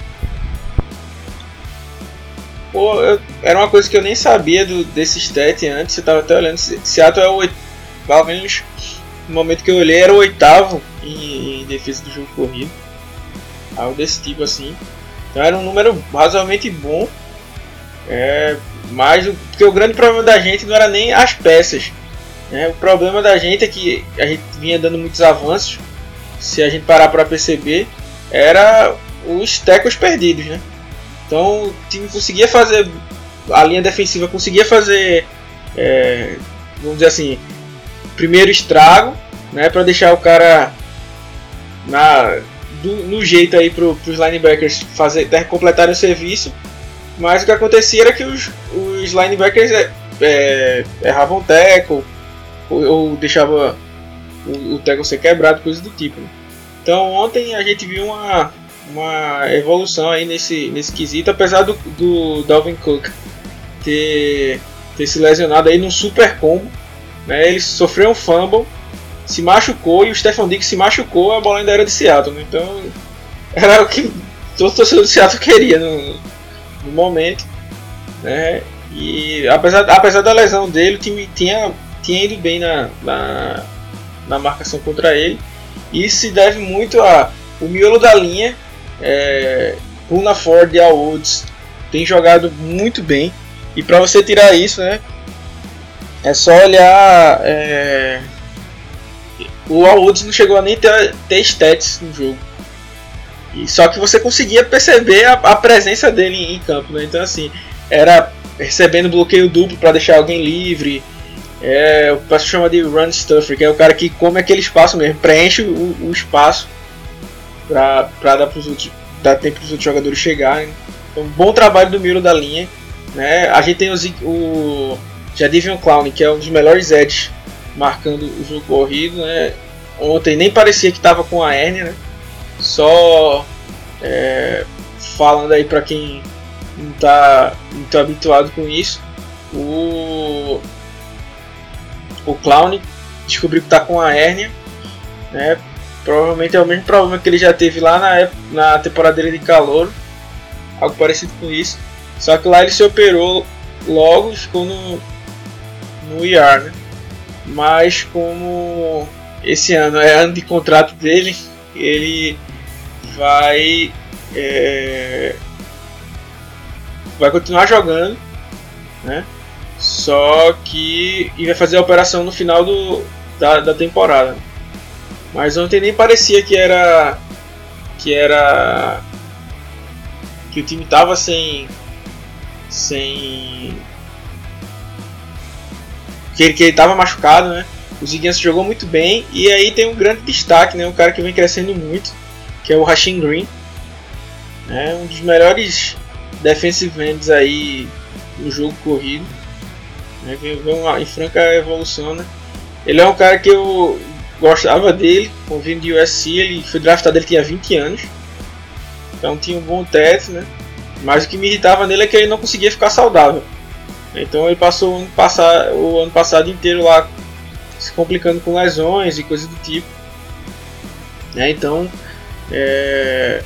Pô, eu, era uma coisa que eu nem sabia do, desse stat antes. Eu tava até olhando. Seattle é o oitavo, pelo menos no momento que eu olhei, era o oitavo em, em defesa do jogo corrido, algo desse tipo assim. Então era um número razoavelmente bom. É, mas porque o grande problema da gente não era nem as peças, né? O problema da gente é que a gente vinha dando muitos avanços. Se a gente parar para perceber, era os tackles perdidos, né? Então o time conseguia fazer, a linha defensiva conseguia fazer, é, vamos dizer assim, primeiro estrago, né, para deixar o cara na, do, no jeito aí para os linebackers fazer, completarem o serviço. Mas o que acontecia era que os, os linebackers é, é, erravam o tackle ou, ou deixava o, o tackle ser quebrado, coisa do tipo, né? Então ontem a gente viu uma, uma evolução aí nesse, nesse quesito, apesar do, do Dalvin Cook ter, ter se lesionado aí num super combo, né? Ele sofreu um fumble, se machucou, e o Stephon Diggs se machucou, a bola ainda era de Seattle, né? Então era o que todo torcedor do Seattle queria no, no momento, né? E apesar, apesar da lesão dele, o time tinha, tinha ido bem na, na, na marcação contra ele. E isso se deve muito a o miolo da linha. é, Poona Ford e Al Woods tem jogado muito bem. E para você tirar isso, né, é só olhar. É, o Al Woods não chegou a nem ter, ter stats no jogo. E só que você conseguia perceber a, a presença dele em, em campo, né? Então assim, era recebendo bloqueio duplo para deixar alguém livre. É, o pessoal chama de run stuffer, que é o cara que come aquele espaço mesmo, preenche o, o espaço para dar, outros, dar tempo para os outros jogadores chegarem. Então, bom trabalho do miolo da linha, né? A gente tem o, o Jadeveon Clowney, que é um dos melhores edges marcando o jogo corrido, né? Ontem nem parecia que estava com a hérnia, né? Só é, falando aí para quem não está muito habituado com isso, o O Clowney descobriu que está com a hérnia, né? Provavelmente é o mesmo problema que ele já teve lá na, na temporada dele de calor, algo parecido com isso. Só que lá ele se operou logo e ficou no, no I R, né? Mas como esse ano é ano de contrato dele, ele vai é, vai continuar jogando, né? Só que e vai fazer a operação no final do, da, da temporada. Mas ontem nem parecia que era que era que o time tava sem sem que ele, que ele tava machucado, né? O Ziguinha jogou muito bem, e aí tem um grande destaque, né? Um cara que vem crescendo muito, que é o Rasheem Green, né? Um dos melhores defensive ends aí no jogo corrido. Né? Vem, vem uma, em franca evolução, né? Ele é um cara que eu gostava dele, com vindo de U S C, ele foi draftado, ele tinha vinte anos. Então tinha um bom teto, né? Mas o que me irritava nele é que ele não conseguia ficar saudável. Então ele passou o ano passado, o ano passado inteiro lá se complicando com lesões e coisas do tipo. Né? Então, é...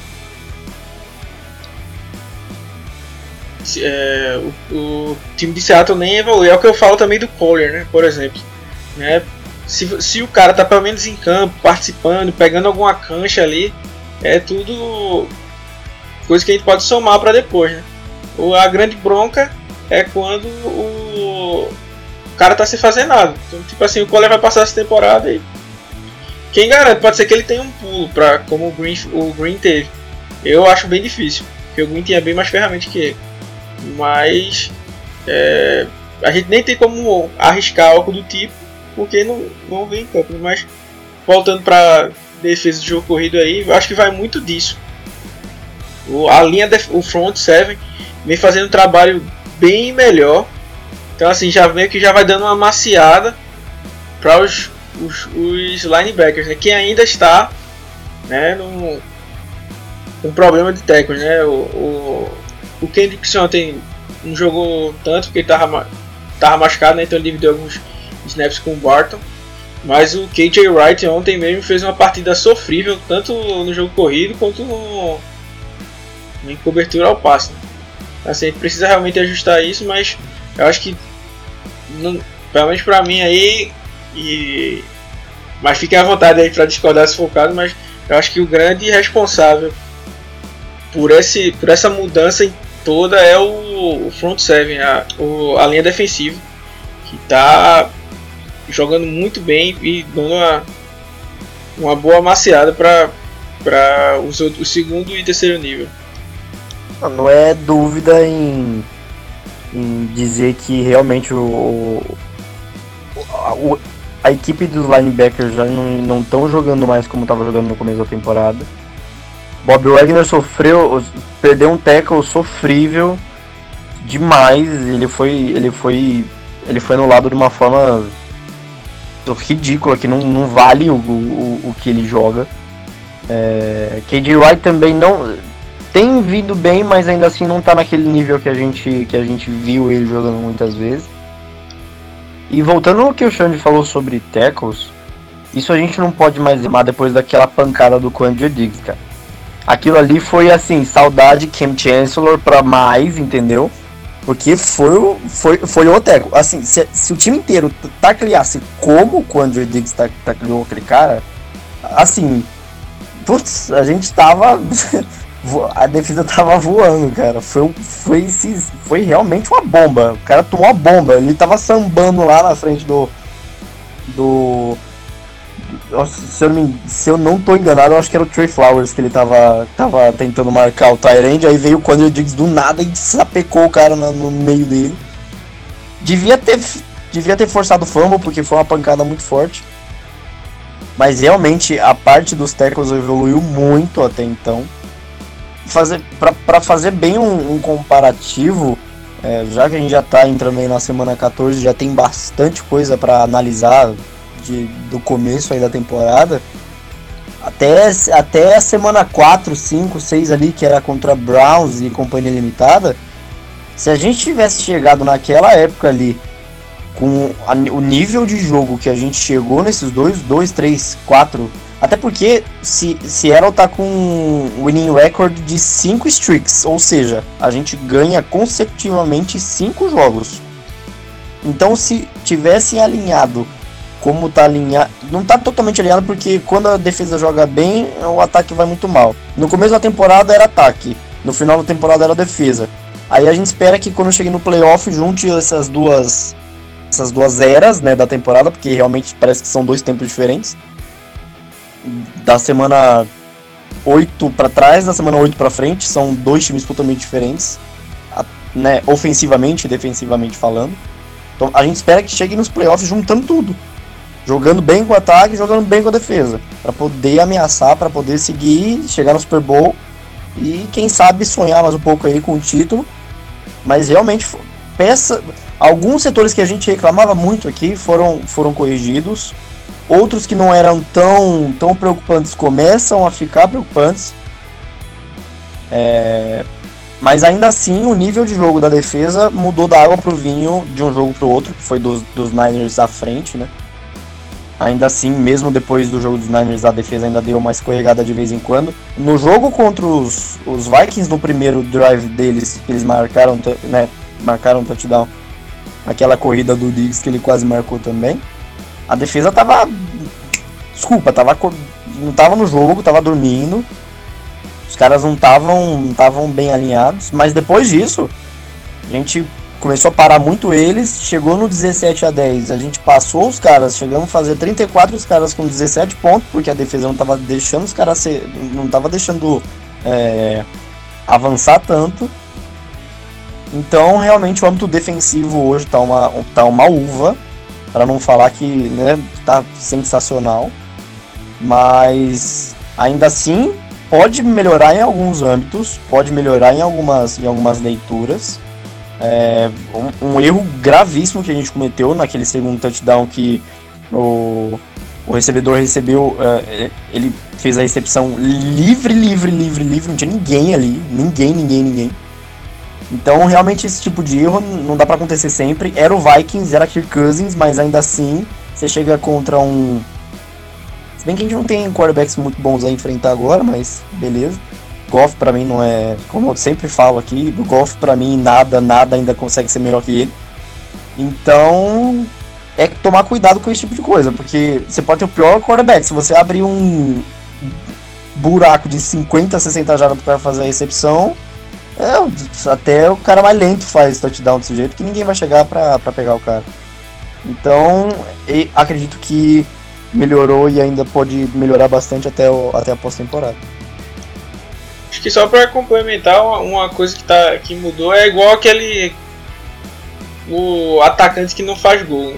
É... O, o time de Seattle nem evoluiu. É o que eu falo também do Collier, né? Por exemplo. Né? Se, se o cara tá pelo menos em campo, participando, pegando alguma cancha ali, é tudo coisa que a gente pode somar para depois, né? O, a grande bronca é quando o, o cara tá sem fazer nada. Então, tipo assim, o Collier vai passar essa temporada e quem garante? Pode ser que ele tenha um pulo, pra, como o Green, o Green teve. Eu acho bem difícil, porque o Green tinha bem mais ferramentas que ele. Mas é, a gente nem tem como arriscar algo do tipo, porque não, não vem em campo. Mas voltando para defesa de jogo corrido aí, eu acho que vai muito disso. O, a linha, def, o front seven vem fazendo um trabalho bem melhor. Então assim, já vem que já vai dando uma maciada para os, os, os linebackers, né, que ainda está, né, num, um problema de tackles, né? O, o, o Kendrick ontem não jogou tanto porque estava tava machucado, né? Então ele dividiu alguns snaps com o Barton. Mas o K J Wright ontem mesmo fez uma partida sofrível, tanto no jogo corrido quanto no, em cobertura ao passe. Assim, a gente precisa realmente ajustar isso, mas eu acho que, não, pelo menos para mim aí, e, mas fiquem à vontade aí para discordar se for o caso, mas eu acho que o grande responsável por, esse, por essa mudança toda é o, o front seven, a, o, a linha defensiva, que está jogando muito bem e dando uma, uma boa maciada para o segundo e terceiro nível. Não, não é dúvida em, em dizer que realmente o, o, a equipe dos linebackers já não estão jogando mais como estava jogando no começo da temporada. Bob Wagner sofreu, perdeu um tackle sofrível demais. Ele foi, ele foi, ele foi anulado de uma forma ridícula, que não, não vale o, o, o que ele joga. É, K J Wright também não tem vindo bem, mas ainda assim não está naquele nível que a gente que a gente viu ele jogando muitas vezes. E voltando ao que o Xande falou sobre tackles, isso a gente não pode mais amar depois daquela pancada do Quandre Diggs, cara. Aquilo ali foi assim, saudade Cam Chancellor pra mais, entendeu? Porque foi o foi, foi o teco. Assim, se, se o time inteiro tacleasse como o Quandre Diggs tacleou aquele cara, assim, putz, a gente tava... a defesa tava voando, cara. Foi, foi, foi realmente uma bomba. O cara tomou uma bomba. Ele tava sambando lá na frente do... do... Se eu, não, se eu não tô enganado, eu acho que era o Trey Flowers que ele tava, tava tentando marcar o tight end. Aí veio o Quandre Diggs do nada e sapecou o cara no, no meio dele. Devia ter, devia ter forçado o fumble, porque foi uma pancada muito forte. Mas realmente a parte dos tackles evoluiu muito até então. Fazer, pra, pra fazer bem um, um comparativo, é, já que a gente já tá entrando aí na semana quatorze, já tem bastante coisa pra analisar de, do começo aí da temporada. Até, até a semana quatro, cinco, seis ali, que era contra Browns e companhia limitada, se a gente tivesse chegado naquela época ali, com a, o nível de jogo que a gente chegou nesses dois, dois, três, quatro... Até porque se Seattle tá com um winning record de cinco streaks, ou seja, a gente ganha consecutivamente cinco jogos. Então se tivessem alinhado como tá alinhado, não tá totalmente alinhado, porque quando a defesa joga bem, o ataque vai muito mal. No começo da temporada era ataque, no final da temporada era defesa. Aí a gente espera que quando chegue no playoff junte essas duas, essas duas eras, né, da temporada, porque realmente parece que são dois tempos diferentes. Da semana oito para trás, da semana oito para frente, são dois times totalmente diferentes, né, ofensivamente e defensivamente falando. Então a gente espera que chegue nos playoffs juntando tudo, jogando bem com o ataque, jogando bem com a defesa, para poder ameaçar, para poder seguir, chegar no Super Bowl e quem sabe sonhar mais um pouco aí com o título. Mas realmente, peça, alguns setores que a gente reclamava muito aqui foram, foram corrigidos. Outros que não eram tão, tão preocupantes começam a ficar preocupantes. É, mas ainda assim, o nível de jogo da defesa mudou da água pro vinho de um jogo pro outro, que foi dos, dos Niners à frente, né? Ainda assim, mesmo depois do jogo dos Niners, a defesa ainda deu uma escorregada de vez em quando. No jogo contra os, os Vikings, no primeiro drive deles, que eles marcaram, né, marcaram um touchdown, aquela corrida do Diggs que ele quase marcou também, a defesa tava... Desculpa, tava, não tava no jogo, tava dormindo. Os caras não estavam não estavam bem alinhados. Mas depois disso, a gente começou a parar muito eles. Chegou no dezessete a dez, a gente passou os caras. Chegamos a fazer trinta e quatro os caras com dezessete pontos, porque a defesa não tava deixando os caras ser, não tava deixando é, avançar tanto. Então realmente o âmbito defensivo hoje tá uma, tá uma uva, para não falar que, né, tá sensacional. Mas ainda assim pode melhorar em alguns âmbitos, pode melhorar em algumas, em algumas leituras. É, um, um erro gravíssimo que a gente cometeu naquele segundo touchdown, que o, o recebedor recebeu, é, ele fez a recepção livre, livre, livre, livre, não tinha ninguém ali, ninguém, ninguém, ninguém. Então realmente esse tipo de erro não dá pra acontecer sempre. Era o Vikings, era Kirk Cousins, mas ainda assim você chega contra um... Se bem que a gente não tem quarterbacks muito bons a enfrentar agora, mas beleza. Goff pra mim não é... Como eu sempre falo aqui, o Goff pra mim nada, nada ainda consegue ser melhor que ele. Então é tomar cuidado com esse tipo de coisa, porque você pode ter o pior quarterback. Se você abrir um buraco de cinquenta, sessenta jardas pro cara fazer a recepção, é, até o cara mais lento faz touchdown desse jeito, que ninguém vai chegar pra, pra pegar o cara. Então acredito que melhorou e ainda pode melhorar bastante até, o, até a pós-temporada. Acho que só para complementar, uma, uma coisa que, tá, que mudou é igual aquele o atacante que não faz gol.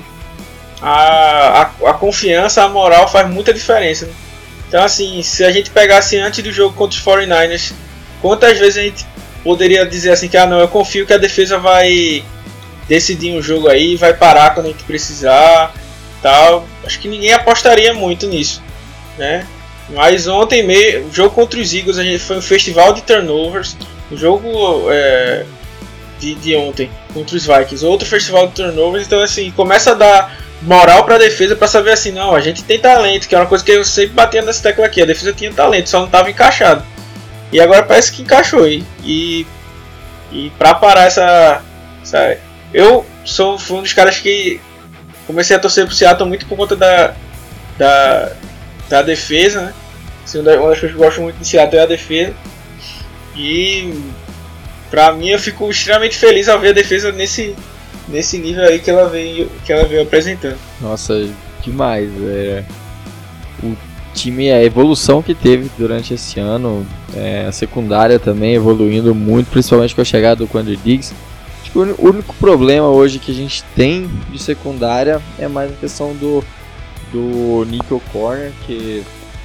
A, a, a confiança, a moral faz muita diferença. Né? Então assim, se a gente pegasse antes do jogo contra os forty-niners, quantas vezes a gente poderia dizer assim que ah não, eu confio que a defesa vai decidir um jogo aí, vai parar quando a gente precisar, tal. Acho que ninguém apostaria muito nisso, né? Mas ontem, meio, o jogo contra os Eagles, a gente foi um festival de turnovers. O jogo é, de, de ontem contra os Vikings, outro festival de turnovers. Então assim, começa a dar moral para a defesa para saber assim, não, a gente tem talento, que é uma coisa que eu sempre batia nessa tecla aqui. A defesa tinha talento, só não estava encaixado. E agora parece que encaixou aí. E, e para parar essa, essa... Eu sou fui um dos caras que comecei a torcer pro Seattle muito por conta da, da, da defesa, né? Assim, uma das coisas que eu gosto muito de Seattle é a defesa. E pra mim eu fico extremamente feliz ao ver a defesa nesse, nesse nível aí que ela veio, que ela veio apresentando. Nossa, demais. É... O time, a evolução que teve durante esse ano, é, a secundária também evoluindo muito, principalmente com a chegada do Quandre Diggs. Acho que o único problema hoje que a gente tem de secundária é mais a questão do, do nickel corner, que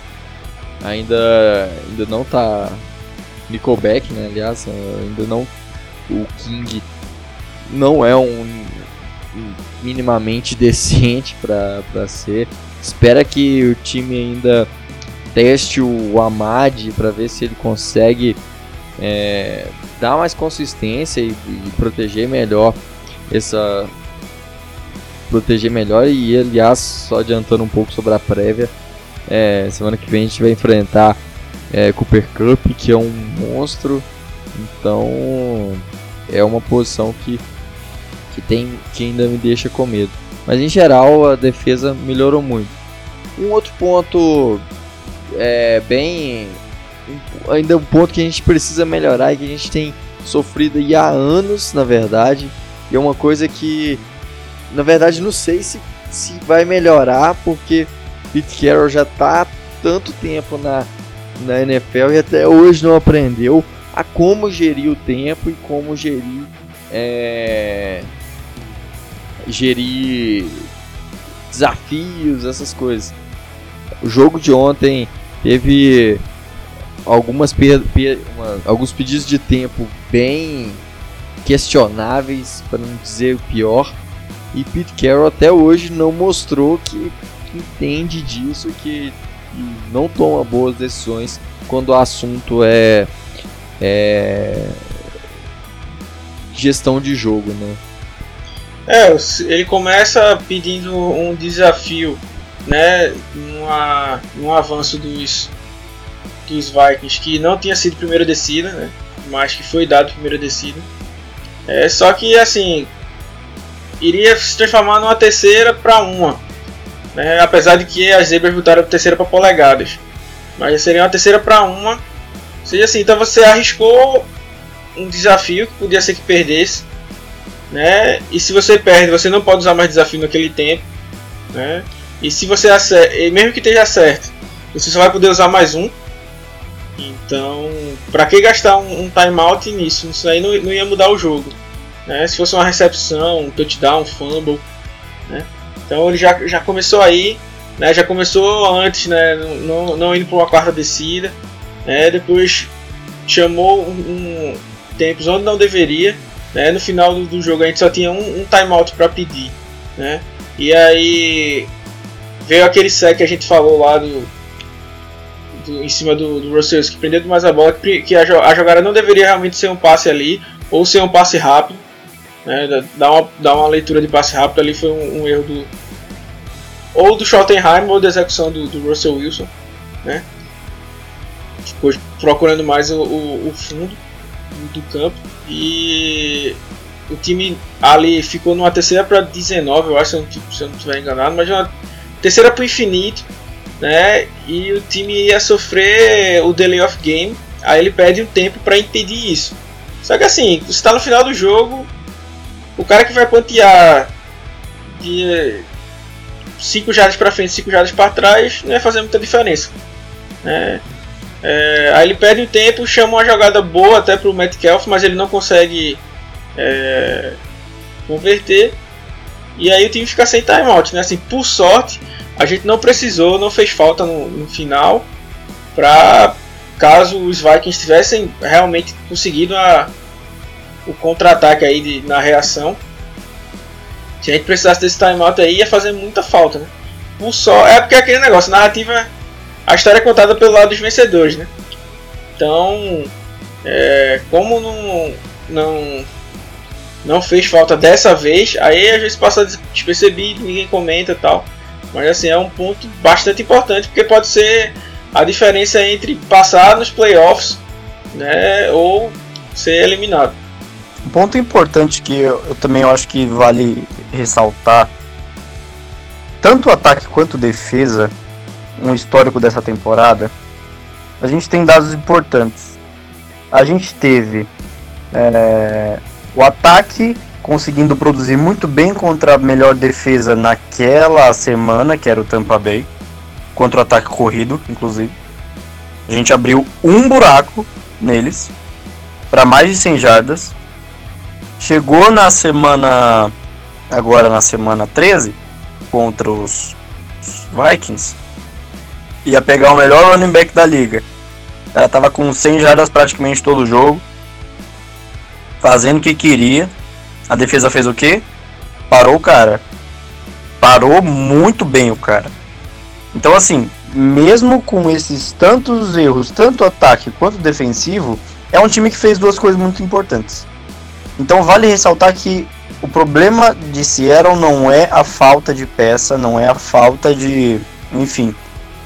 ainda, ainda não tá nickelback, né? Aliás, ainda não, o King não é um minimamente decente para ser. Espera que o time ainda teste o Ahmad para ver se ele consegue é, dar mais consistência e, e proteger melhor essa proteger melhor. E aliás, só adiantando um pouco sobre a prévia, é, semana que vem a gente vai enfrentar é, Cooper Kupp, que é um monstro. Então é uma posição que, que, tem, que ainda me deixa com medo. Mas em geral a defesa melhorou muito. Um outro ponto é bem... ainda um ponto que a gente precisa melhorar e que a gente tem sofrido aí há anos, na verdade. E é uma coisa que, na verdade, não sei se, se vai melhorar, porque Pete Carroll já está há tanto tempo na, na N F L e até hoje não aprendeu a como gerir o tempo e como gerir... É... gerir desafios, essas coisas. O jogo de ontem teve algumas per, per, uma, alguns pedidos de tempo bem questionáveis, para não dizer o pior. E Pete Carroll até hoje não mostrou que entende disso, que não toma boas decisões quando o assunto é, é gestão de jogo, né? É, ele começa pedindo um desafio, né, numa, num avanço dos, dos Vikings, que não tinha sido primeira descida, né, mas que foi dado primeira descida. É, só que assim, iria se transformar numa terceira para uma, né, apesar de que as zebras botaram a terceira para polegadas, mas seria uma terceira para uma. Ou seja, assim, então você arriscou um desafio que podia ser que perdesse, né? E se você perde, você não pode usar mais desafio naquele tempo, né? E se você acerta, mesmo que esteja certo, você só vai poder usar mais um. Então, para que gastar um, um timeout nisso? Isso aí não, não ia mudar o jogo, né? Se fosse uma recepção, um touchdown, um fumble, né? Então ele já, já começou aí, né? Já começou antes, né? Não, não indo para uma quarta descida, né? Depois chamou um, um tempos onde não deveria, né? No final do, do jogo a gente só tinha um, um timeout para pedir, né? E aí veio aquele sack que a gente falou lá do, do em cima do, do Russell, que prendeu demais a bola, que, que a, a jogada não deveria realmente ser um passe ali, ou ser um passe rápido, né? Dar uma, dar uma leitura de passe rápido ali foi um, um erro do ou do Schottenheim ou da execução do, do Russell Wilson, né? Ficou procurando mais o, o, o fundo do campo, e o time ali ficou numa terceira para dezenove, eu acho, se eu, não, se eu não estiver enganado, mas uma terceira para o infinito, né? E o time ia sofrer o delay of game, aí ele perde um tempo para impedir isso. Só que assim, você está no final do jogo, o cara que vai pontear de cinco jardas para frente, cinco jardas para trás, não ia fazer muita diferença, né? É, aí ele perde o tempo, chama uma jogada boa até para o Metcalf, mas ele não consegue é, converter. E aí o time fica sem timeout, né? Assim, por sorte, a gente não precisou, não fez falta no, no final, para caso os Vikings tivessem realmente conseguido a, o contra-ataque aí de, na reação. Se a gente precisasse desse timeout aí, ia fazer muita falta, né? Por só, é porque aquele negócio, narrativa, a história é contada pelo lado dos vencedores, né? Então, é, como não, não, não fez falta dessa vez, aí às vezes passa despercebido, ninguém comenta e tal. Mas assim, é um ponto bastante importante, porque pode ser a diferença entre passar nos playoffs, né, ou ser eliminado. Um ponto importante que eu, eu também acho que vale ressaltar, tanto o ataque quanto a defesa, um histórico dessa temporada, a gente tem dados importantes. A gente teve é, o ataque conseguindo produzir muito bem contra a melhor defesa naquela semana, que era o Tampa Bay, contra o ataque corrido, inclusive. A gente abriu um buraco neles para mais de cem jardas. Chegou na semana, agora na semana treze, contra os Vikings, ia pegar o melhor running back da liga. Ela tava com cem jardas praticamente todo o jogo, fazendo o que queria. A defesa fez o quê? Parou o cara. Parou muito bem o cara. Então assim, mesmo com esses tantos erros, tanto ataque quanto defensivo, é um time que fez duas coisas muito importantes. Então vale ressaltar que o problema de Seattle não é a falta de peça, não é a falta de... Enfim,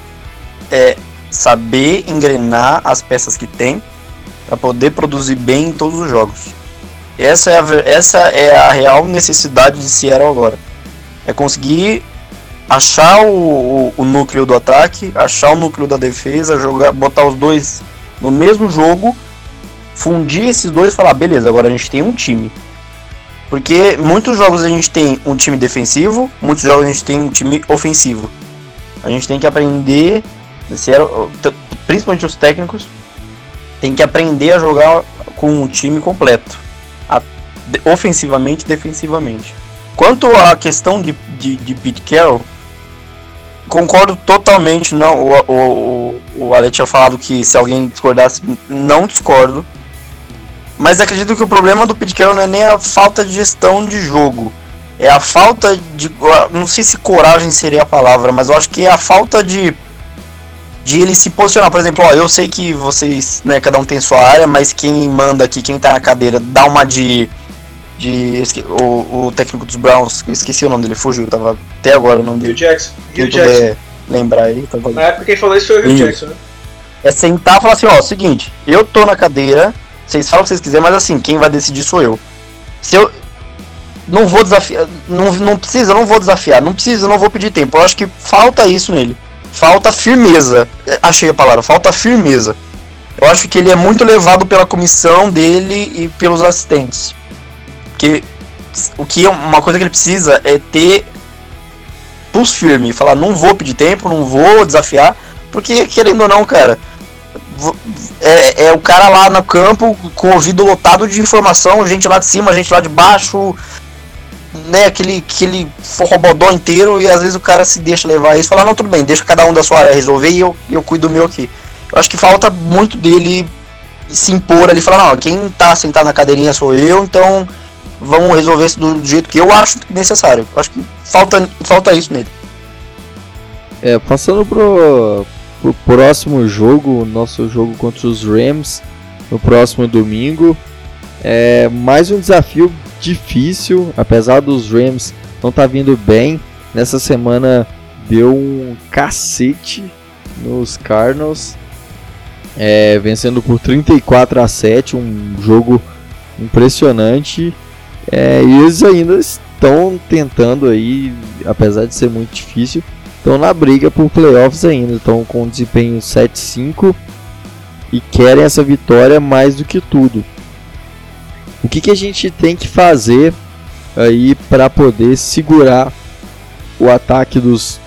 é saber engrenar as peças que tem para poder produzir bem em todos os jogos. Essa é a, essa é a real necessidade de Seattle agora. É conseguir achar o, o, o núcleo do ataque, achar o núcleo da defesa, jogar, botar os dois no mesmo jogo, fundir esses dois e falar, beleza, agora a gente tem um time. Porque muitos jogos a gente tem um time defensivo, muitos jogos a gente tem um time ofensivo. A gente tem que aprender, principalmente os técnicos, tem que aprender a jogar com um time completo, ofensivamente e defensivamente. Quanto à questão de, de, de Pete Carroll, concordo totalmente. Não, o, o, o Ale tinha falado que se alguém discordasse, não discordo. Mas acredito que o problema do Pete Carroll não é nem a falta de gestão de jogo. É a falta de... Não sei se coragem seria a palavra, mas eu acho que é a falta de... De ele se posicionar. Por exemplo, ó, eu sei que vocês, né, cada um tem sua área, mas quem manda aqui, quem tá na cadeira, dá uma de... de esque, o, o técnico dos Browns, eu esqueci o nome dele, fugiu, tava até agora o nome dele. Hugh Jackson. Quem Hugh puder Jackson. lembrar aí, tá bom. Na época quem falou isso foi o Hugh Isso. Jackson, né? É sentar e falar assim, ó, seguinte, eu tô na cadeira, vocês falam o que vocês quiserem, mas assim, quem vai decidir sou eu. Se eu não vou desafiar, não, não precisa, eu não vou desafiar, não precisa, eu não vou pedir tempo. Eu acho que falta isso nele. Falta firmeza. Achei a palavra, falta firmeza. Eu acho que ele é muito levado pela comissão dele e pelos assistentes. Porque o que uma coisa que ele precisa é ter pulso firme, falar, não vou pedir tempo, não vou desafiar, porque querendo ou não, cara, é, é o cara lá no campo com o ouvido lotado de informação, gente lá de cima, gente lá de baixo, né, aquele, aquele forrobodó inteiro, e às vezes o cara se deixa levar isso e fala, não, tudo bem, deixa cada um da sua área resolver e eu, eu cuido do meu aqui. Eu acho que falta muito dele se impor ali e falar, não, quem tá sentado na cadeirinha sou eu, então vamos resolver isso do jeito que eu acho necessário. Eu acho que falta, falta isso nele. É, passando pro, pro próximo jogo, nosso jogo contra os Rams, no próximo domingo. É mais um desafio difícil, apesar dos Rams não tá vindo bem. Nessa semana deu um cacete nos Cardinals, é, vencendo por trinta e quatro a sete, um jogo impressionante. É, e eles ainda estão tentando aí, apesar de ser muito difícil, estão na briga por playoffs ainda, estão com desempenho sete a cinco e querem essa vitória mais do que tudo. O que, que a gente tem que fazer aí para poder segurar o ataque dos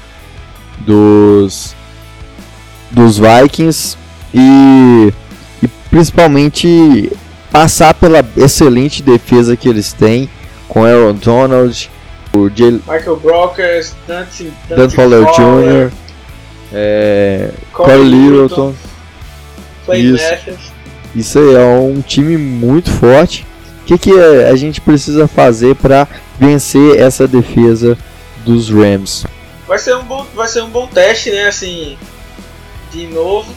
dos dos Vikings e, e principalmente passar pela excelente defesa que eles têm com Aaron Donald, o J- Michael Brockers, Dante, Dan Fowler Júnior, é, Corey Littleton. Clay Isso. Matthews. Isso aí é um time muito forte. O que, que a gente precisa fazer para vencer essa defesa dos Rams? Vai ser um bom, vai ser um bom teste, né? Assim, de novo,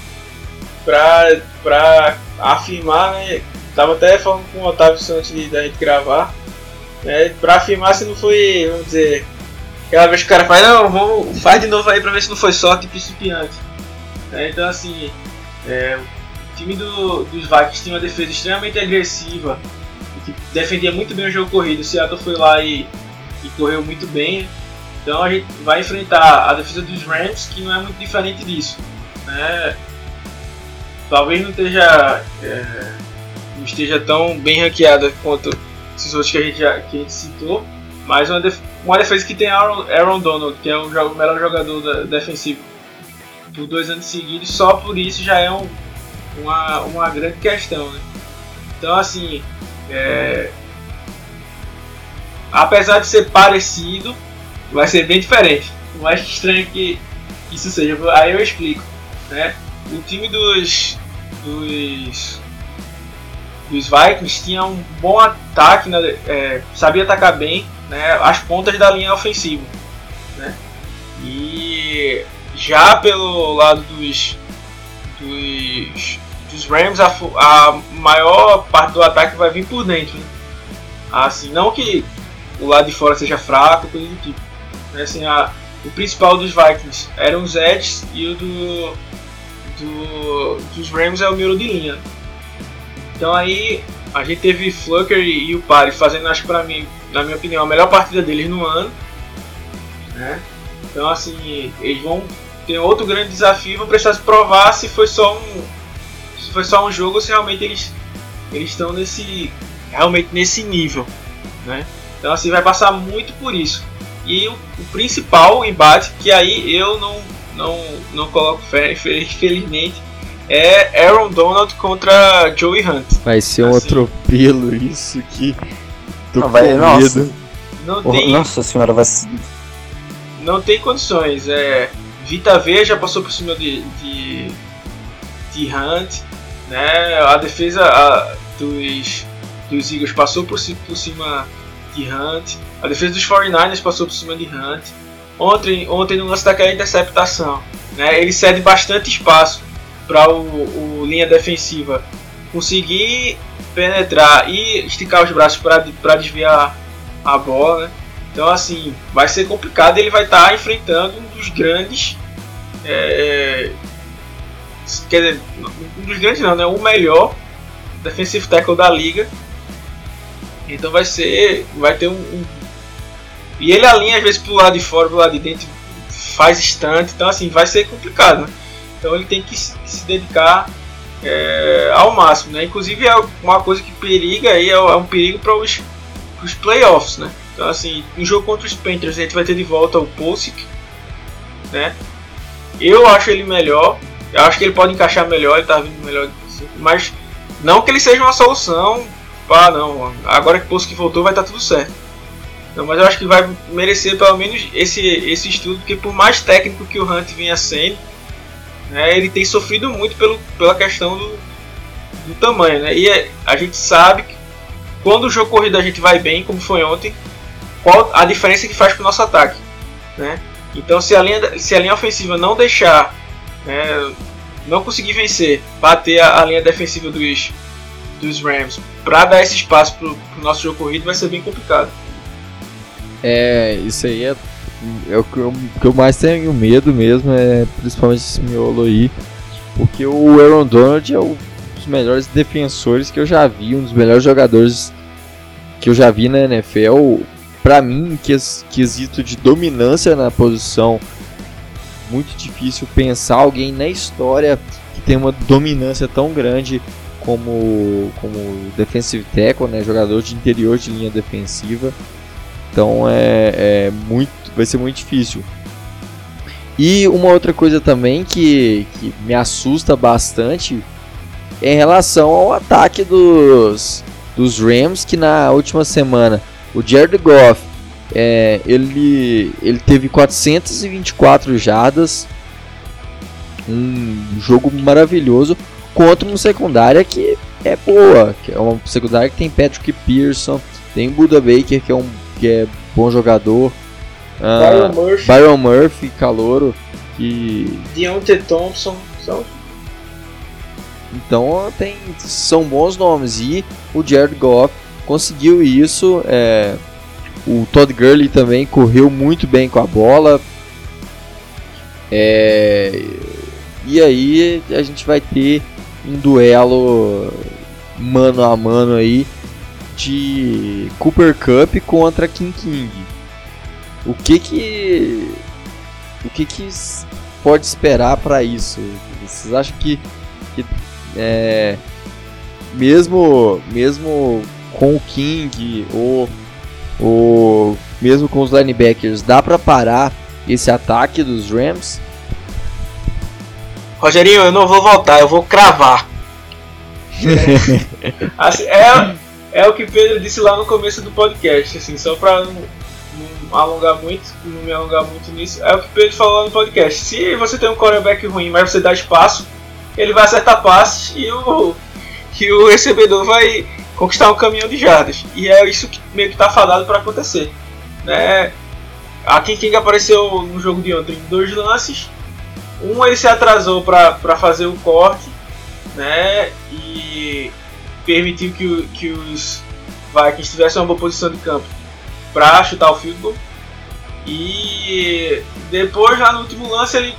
pra, pra afirmar, né? Tava até falando com o Otávio antes de da gente gravar, né? Pra afirmar se não foi, vamos dizer, aquela vez que o cara faz, não, vamos, faz de novo aí pra ver se não foi sorte principiante. É, então, assim, é, o time do, dos Vikings tinha uma defesa extremamente agressiva, que defendia muito bem o jogo corrido. O Seattle foi lá e, e correu muito bem. Então a gente vai enfrentar a defesa dos Rams, que não é muito diferente disso, né? Talvez não esteja, é, não esteja tão bem ranqueada quanto esses outros que a gente, já, que a gente citou, mas uma, def, uma defesa que tem Aaron, Aaron Donald, que é o, o melhor jogador da, defensivo por dois anos seguidos. Só por isso já é um, uma, uma grande questão, né? Então, assim, é, apesar de ser parecido, vai ser bem diferente. O mais estranho que isso seja, aí eu explico, né? O time dos dos, dos Vikings tinha um bom ataque, né? É, sabia atacar bem, né? As pontas da linha ofensiva, né? E já pelo lado dos dos, dos Rams, a, a maior parte do ataque vai vir por dentro, né? Assim, não que o lado de fora seja fraco, coisa do tipo. Assim, a, o principal dos Vikings eram os edges e o do, do, dos Rams é o miolo de linha. Então aí a gente teve Fluker e, e o Pari fazendo, acho que pra mim, na minha opinião, a melhor partida deles no ano, né? Então, assim, eles vão ter outro grande desafio, vão precisar se provar se foi só um, se foi só um jogo ou se realmente eles eles estão nesse, realmente nesse nível, né? Então, assim, vai passar muito por isso. E o, o principal embate, que aí eu não, não, não coloco fé, infelizmente, é Aaron Donald contra Joey Hunt. Vai ser um assim, atropelo isso aqui. Tô Não, com vai, medo. nossa. Não Oh, tem, nossa senhora, vai ser. não tem condições. É, Vita Vea já passou por cima de, de, de Hunt, né? A defesa a, dos, dos Eagles passou por, por cima de Hunt, a defesa dos quarenta e nine ers passou por cima de Hunt. Ontem, ontem no lance daquela interceptação, né? Ele cede bastante espaço para o, o linha defensiva conseguir penetrar e esticar os braços para desviar a bola, né? Então assim, vai ser complicado. Ele vai estar tá enfrentando um dos grandes é, quer dizer, um dos grandes não, né? O melhor defensive tackle da liga. Então vai ser, vai ter um, um e ele alinha às vezes pro lado de fora, pro lado de dentro, faz estante, então assim, vai ser complicado, né? Então ele tem que se, que se dedicar é, ao máximo, né? Inclusive é uma coisa que periga aí, é um perigo para os playoffs, né? Então assim, no jogo contra os Panthers a gente vai ter de volta o Pulisic, né? Eu acho ele melhor, eu acho que ele pode encaixar melhor, ele tá vindo melhor, mas não que ele seja uma solução, pá, não, agora que o Pulisic voltou vai estar tudo certo. Não, mas eu acho que vai merecer pelo menos esse, esse estudo, porque por mais técnico que o Hunt venha sendo, né, ele tem sofrido muito pelo, pela questão do, do tamanho, né? E é, a gente sabe que quando o jogo corrido a gente vai bem, como foi ontem, qual a diferença que faz para o nosso ataque, né? Então se a linha, se a linha ofensiva não deixar, né, não conseguir vencer, bater a, a linha defensiva dos, dos Rams para dar esse espaço para o nosso jogo corrido, vai ser bem complicado. É, isso aí é, é o que eu, que eu mais tenho medo mesmo, é principalmente esse miolo aí, porque o Aaron Donald é um dos melhores defensores que eu já vi, um dos melhores jogadores que eu já vi na N F L. Pra mim, que quesito de dominância na posição, muito difícil pensar alguém na história que tem uma dominância tão grande como como defensive tackle, né, jogador de interior de linha defensiva. Então é, é muito, vai ser muito difícil. E uma outra coisa também que, que me assusta bastante é em relação ao ataque dos, dos Rams, que na última semana o Jared Goff é, ele, ele teve quatrocentas e vinte e quatro jardas, um jogo maravilhoso contra uma secundária que é boa, que é uma secundária que tem Patrick Pearson, tem Budda Baker, que é um que é bom jogador, uh, Byron Murphy, Byron Murphy, calouro, e Deontay Thompson, são... então tem, são bons nomes, e o Jared Goff conseguiu isso, é, o Todd Gurley também correu muito bem com a bola, é, e aí a gente vai ter um duelo mano a mano aí de Cooper Kupp contra King King. O que que o que que pode esperar para isso? Vocês acham que, que é, mesmo mesmo com o King ou, ou mesmo com os linebackers dá para parar esse ataque dos Rams? Rogerinho, eu não vou voltar, eu vou cravar. assim, é É o que Pedro disse lá no começo do podcast, assim, só pra não, não alongar muito, não me alongar muito nisso, é o que Pedro falou lá no podcast. Se você tem um quarterback ruim, mas você dá espaço, ele vai acertar passes e o, e o recebedor vai conquistar um caminhão de jardas. E é isso que meio que tá fadado para acontecer, né? A King King apareceu no jogo de ontem em dois lances. Um ele se atrasou para fazer o corte, né? E permitiu que, o, que os Vikings tivessem uma boa posição de campo para chutar o field goal. E depois, lá no último lance, ele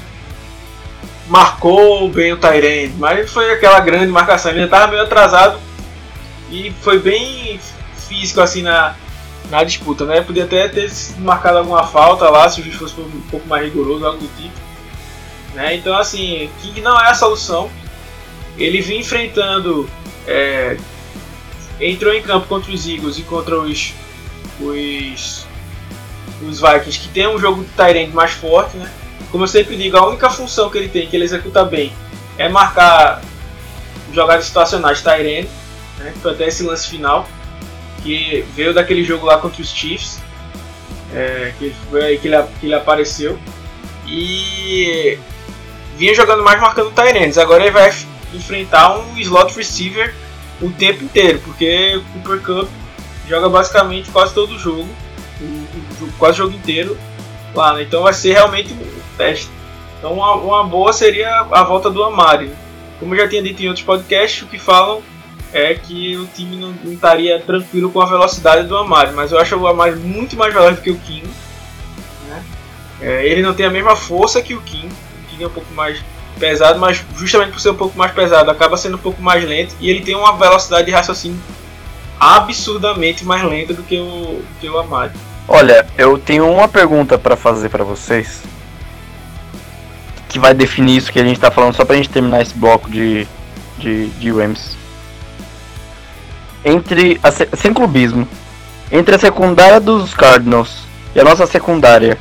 marcou bem o tight end, mas foi aquela grande marcação. Ele já estava meio atrasado e foi bem físico assim na, na disputa, né? Podia até ter marcado alguma falta lá se o juiz fosse um pouco mais rigoroso, algo do tipo, né? Então, assim, King não é a solução. Ele vinha enfrentando, é, entrou em campo contra os Eagles e contra os, os, os Vikings, que tem um jogo de tight end mais forte, né? Como eu sempre digo, a única função que ele tem, que ele executa bem, é marcar jogadas situacionais tight end, né? Foi até esse lance final, que veio daquele jogo lá contra os Chiefs. é, que foi aí que ele, que ele apareceu. E vinha jogando mais marcando tight ends. Agora ele vai enfrentar um slot receiver o tempo inteiro, porque o Cooper Kupp joga basicamente quase todo o jogo, o, o, quase o jogo inteiro lá, né? Então vai ser realmente um teste. Então uma, uma boa seria a volta do Amari. Como eu já tinha dito em outros podcasts, o que falam é que o time não, não estaria tranquilo com a velocidade do Amari, mas eu acho o Amari muito mais veloz do que o King, né? É, ele não tem a mesma força que o King, o King é um pouco mais pesado, mas justamente por ser um pouco mais pesado acaba sendo um pouco mais lento, e ele tem uma velocidade de raciocínio absurdamente mais lenta do que o, do que o Amari. Olha, eu tenho uma pergunta para fazer para vocês que vai definir isso que a gente tá falando, só pra gente terminar esse bloco de, de, de Rams. Entre a, sem clubismo, entre a secundária dos Cardinals e a nossa secundária,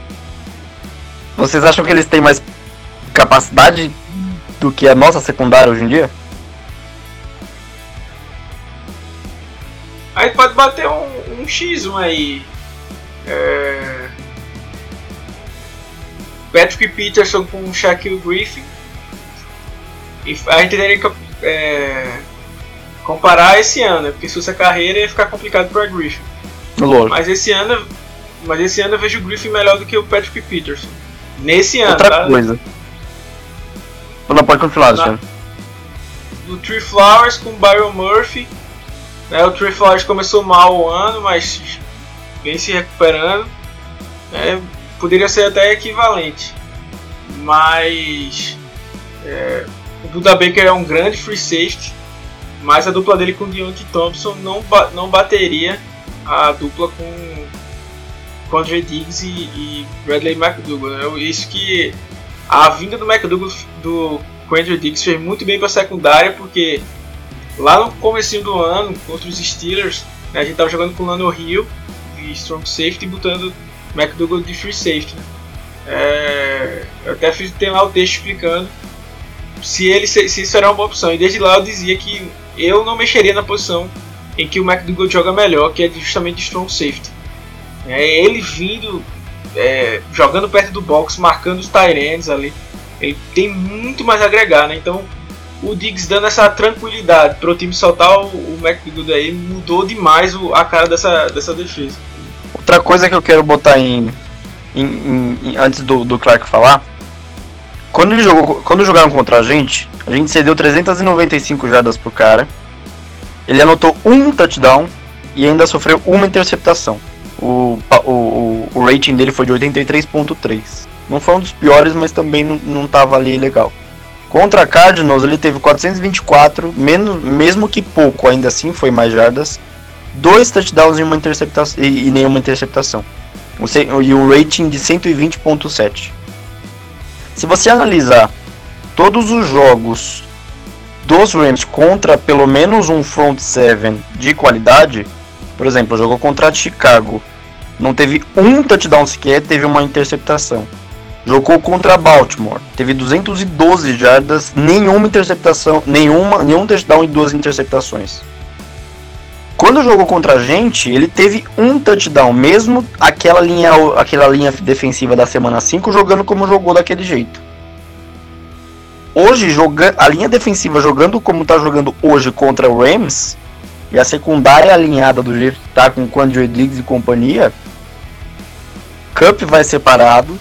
vocês acham que eles têm mais capacidade do que a nossa secundária hoje em dia? Aí pode bater um, um X um aí. É... Patrick Peterson com o Shaquille Griffin. E a gente teria que é, comparar esse ano, né? Porque se fosse a carreira ia ficar complicado para Griffin. Lógico. Mas esse ano, mas esse ano eu vejo o Griffin melhor do que o Patrick Peterson. Nesse ano, outra tá? coisa. Não pode continuar, Alexandre. O Trey Flowers com o Byron Murphy. Né? O Trey Flowers começou mal o ano, mas vem se recuperando. É, poderia ser até equivalente. Mas é, o Buda Baker é um grande free safety. Mas a dupla dele com o Deontay Thompson não, ba- não bateria a dupla com com Andre Diggs e, e Bradley McDougall, né? Isso que a vinda do McDougall do Andre Diggs fez muito bem para a secundária, porque lá no comecinho do ano contra os Steelers, né, a gente estava jogando com o Lano Hill de strong safety e botando McDougall de free safety, né? É, eu até fiz, tem lá o texto explicando se, ele, se, se isso era uma boa opção, e desde lá eu dizia que eu não mexeria na posição em que o McDougall joga melhor, que é justamente de strong safety. É, ele vindo, é, jogando perto do box, marcando os tight ends ali, ele tem muito mais a agregar, né? Então o Diggs dando essa tranquilidade para o time soltar o, o McDougall daí mudou demais o, a cara dessa, dessa defesa. Outra coisa que eu quero botar em, em, em, em antes do, do Clark falar, quando ele jogou, quando jogaram contra a gente, a gente cedeu trezentas e noventa e cinco jardas pro cara, ele anotou um touchdown e ainda sofreu uma interceptação. O, o, o rating dele foi de oitenta e três ponto três. Não foi um dos piores, mas também não, não tava ali legal. Contra a Cardinals ele teve quatrocentos e vinte e quatro, menos, mesmo que pouco, ainda assim foi mais jardas. Dois touchdowns e, uma interceptação, e, e nenhuma interceptação. O, e um rating de cento e vinte ponto sete. Se você analisar todos os jogos dos Rams contra pelo menos um front seven de qualidade, por exemplo, jogou contra Chicago, não teve um touchdown sequer, teve uma interceptação. Jogou contra Baltimore, teve duzentas e doze jardas, nenhuma interceptação, nenhuma, nenhum touchdown e duas interceptações. Quando jogou contra a gente, ele teve um touchdown, mesmo aquela linha, aquela linha defensiva da semana cinco jogando como jogou daquele jeito. Hoje, joga, a linha defensiva jogando como está jogando hoje contra o Rams, e a secundária alinhada do jeito que está com o Andre Diggs e companhia, Kupp vai separado,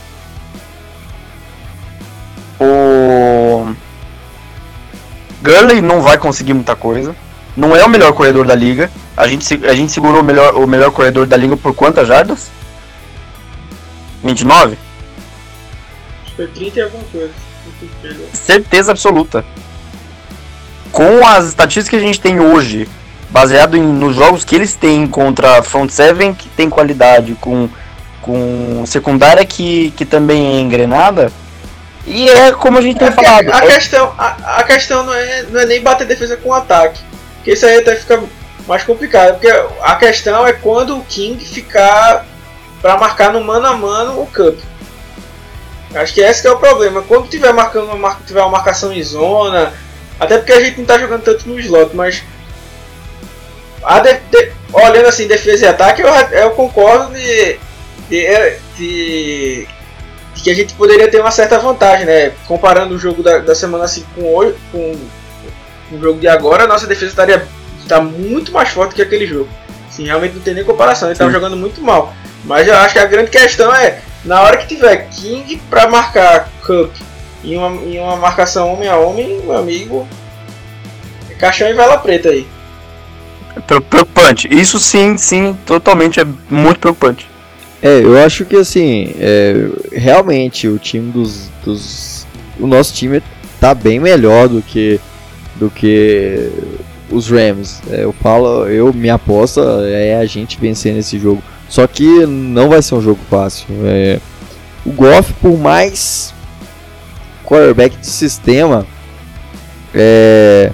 o Gurley não vai conseguir muita coisa, não é o melhor corredor da liga, a gente, a gente segurou o melhor, o melhor corredor da liga por quantas jardas? vinte e nove? Acho que foi trinta e alguma coisa. Certeza absoluta. Com as estatísticas que a gente tem hoje, baseado em, nos jogos que eles têm contra front seven, que tem qualidade, com, com secundária que, que também é engrenada, e é como a gente tem é falado. A, a, é... questão, a, a questão não é, não é nem bater defesa com ataque, porque isso aí até fica mais complicado, porque a questão é quando o King ficar para marcar no mano a mano o Kupp. Acho que esse que é o problema. Quando tiver marcando uma, mar... tiver uma marcação em zona, até porque a gente não está jogando tanto no slot, mas a de... De... olhando assim defesa e ataque, eu, eu concordo de... de, de, de que a gente poderia ter uma certa vantagem, né? Comparando o jogo da, da semana assim com hoje, com, com o jogo de agora, a nossa defesa estaria tá muito mais forte que aquele jogo. Sim, realmente não tem nem comparação, ele estava jogando muito mal. Mas eu acho que a grande questão é, na hora que tiver King para marcar Cup em uma, em uma marcação homem a homem, meu amigo, é caixão e vela preta aí. Preocupante. Isso sim, sim, totalmente é muito preocupante. É, eu acho que assim, é, realmente o time dos, dos... O nosso time tá bem melhor do que, do que os Rams. É, eu falo, eu, minha aposta é a gente vencer nesse jogo. Só que não vai ser um jogo fácil. É, o Goff, por mais quarterback de sistema, é,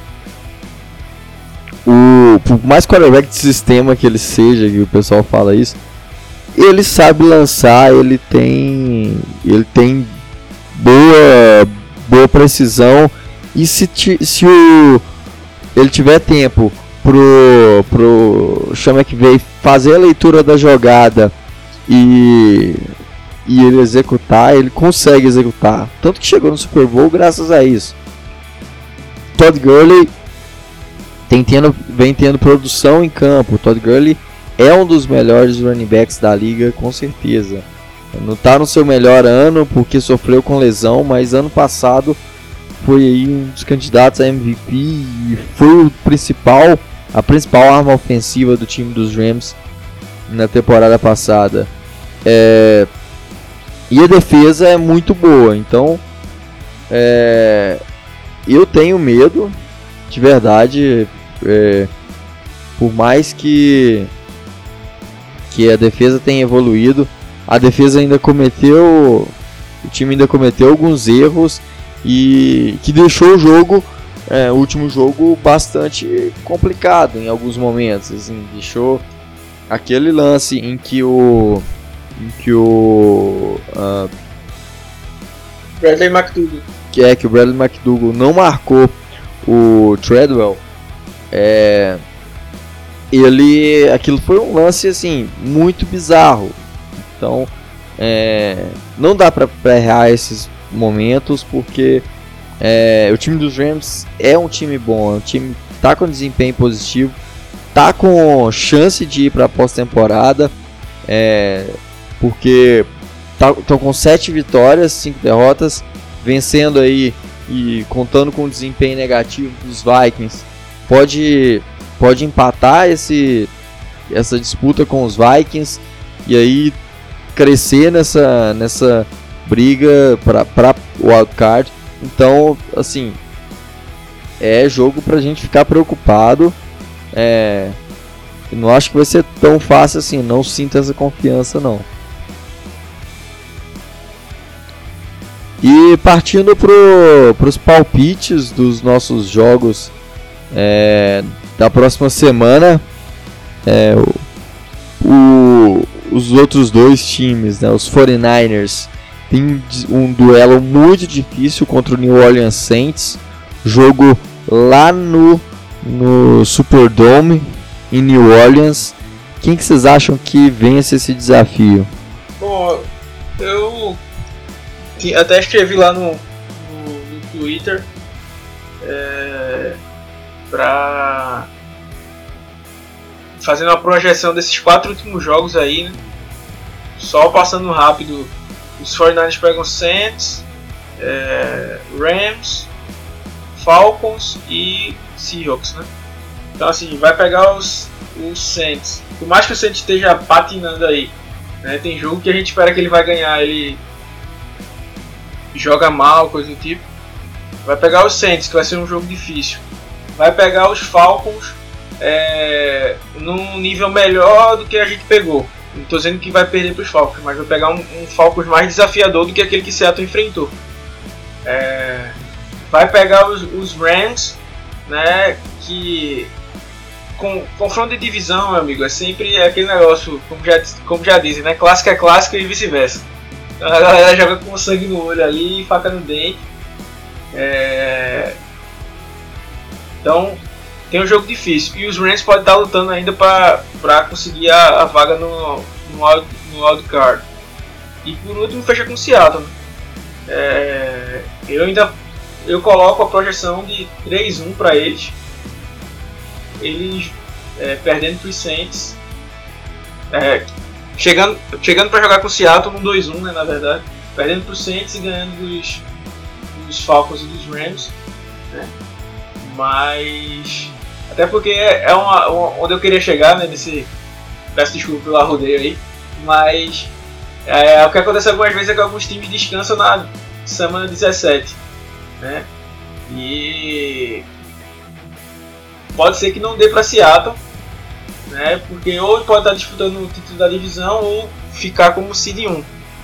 o, por mais quarterback de sistema que ele seja, que o pessoal fala isso, ele sabe lançar, ele tem, ele tem boa, boa precisão, e se, se o, ele tiver tempo pro, pro Sean McVay fazer a leitura da jogada e, e ele executar, ele consegue executar. Tanto que chegou no Super Bowl graças a isso. Todd Gurley tem tendo, vem tendo produção em campo. Todd Gurley é um dos melhores running backs da liga, com certeza. Não está no seu melhor ano porque sofreu com lesão, mas ano passado foi aí um dos candidatos a M V P e foi o principal, a principal arma ofensiva do time dos Rams na temporada passada. É, e a defesa é muito boa, então é, eu tenho medo, de verdade, é, por mais que, que a defesa tenha evoluído, a defesa ainda cometeu, o time ainda cometeu alguns erros e que deixou o jogo, é, o último jogo, bastante complicado em alguns momentos. Assim, deixou aquele lance em que o em que o uh, Bradley McDougall que é que o Bradley McDougall não marcou o Treadwell. É, ele, aquilo foi um lance assim muito bizarro. Então, é, não dá para errar esses momentos porque é, o time dos Rams é um time bom, é um time que tá com desempenho positivo, tá com chance de ir para a pós-temporada, é, porque estão tá, com sete vitórias, cinco derrotas, vencendo aí e contando com o desempenho negativo dos Vikings, pode, pode empatar esse, essa disputa com os Vikings e aí crescer nessa, nessa briga para o wildcard. Então, assim, é jogo pra gente ficar preocupado. É, não acho que vai ser tão fácil assim, não sinto essa confiança não. E partindo para os palpites dos nossos jogos é, da próxima semana, é, o, o, os outros dois times, né, os forty-niners, tem um duelo muito difícil contra o New Orleans Saints, jogo lá no, no Superdome em New Orleans. Quem que vocês acham que vence esse desafio? Bom, eu até escrevi lá no, no, no Twitter é, para fazendo uma projeção desses quatro últimos jogos aí, né? Só passando rápido. Os forty-niners pegam Saints, é, Rams, Falcons e Seahawks, né? Então assim, vai pegar os, os Saints. Por mais que o Saints esteja patinando aí, né? Tem jogo que a gente espera que ele vai ganhar, ele joga mal, coisa do tipo. Vai pegar os Saints, que vai ser um jogo difícil. Vai pegar os Falcons é, num nível melhor do que a gente pegou. Não estou dizendo que vai perder para os Falcons, mas vai pegar um, um Falcons mais desafiador do que aquele que Seattle enfrentou. É, vai pegar os, os Rams, né, que com confronto de divisão, meu amigo, é sempre aquele negócio, como já, como já dizem, né, clássico é clássico e vice-versa. Então a galera joga com sangue no olho ali, faca no dente. É, então tem um jogo difícil. E os Rams podem estar lutando ainda para conseguir a, a vaga no, no, wild, no wildcard. E por último fecha com o Seattle. Né? É, eu ainda eu coloco a projeção de três a um para eles. Eles é, perdendo para os Saints. É, chegando chegando para jogar com o Seattle no dois a um, né, na verdade. Perdendo para os Saints e ganhando dos, dos Falcons e dos Rams. Né? Mas... Até porque é uma, uma, onde eu queria chegar, né, nesse... Peço desculpa pelo arrodeio aí. Mas... É, o que acontece algumas vezes é que alguns times descansam na semana dezessete, né? E pode ser que não dê para Seattle, né? Porque ou pode estar disputando o título da divisão ou ficar como seed um.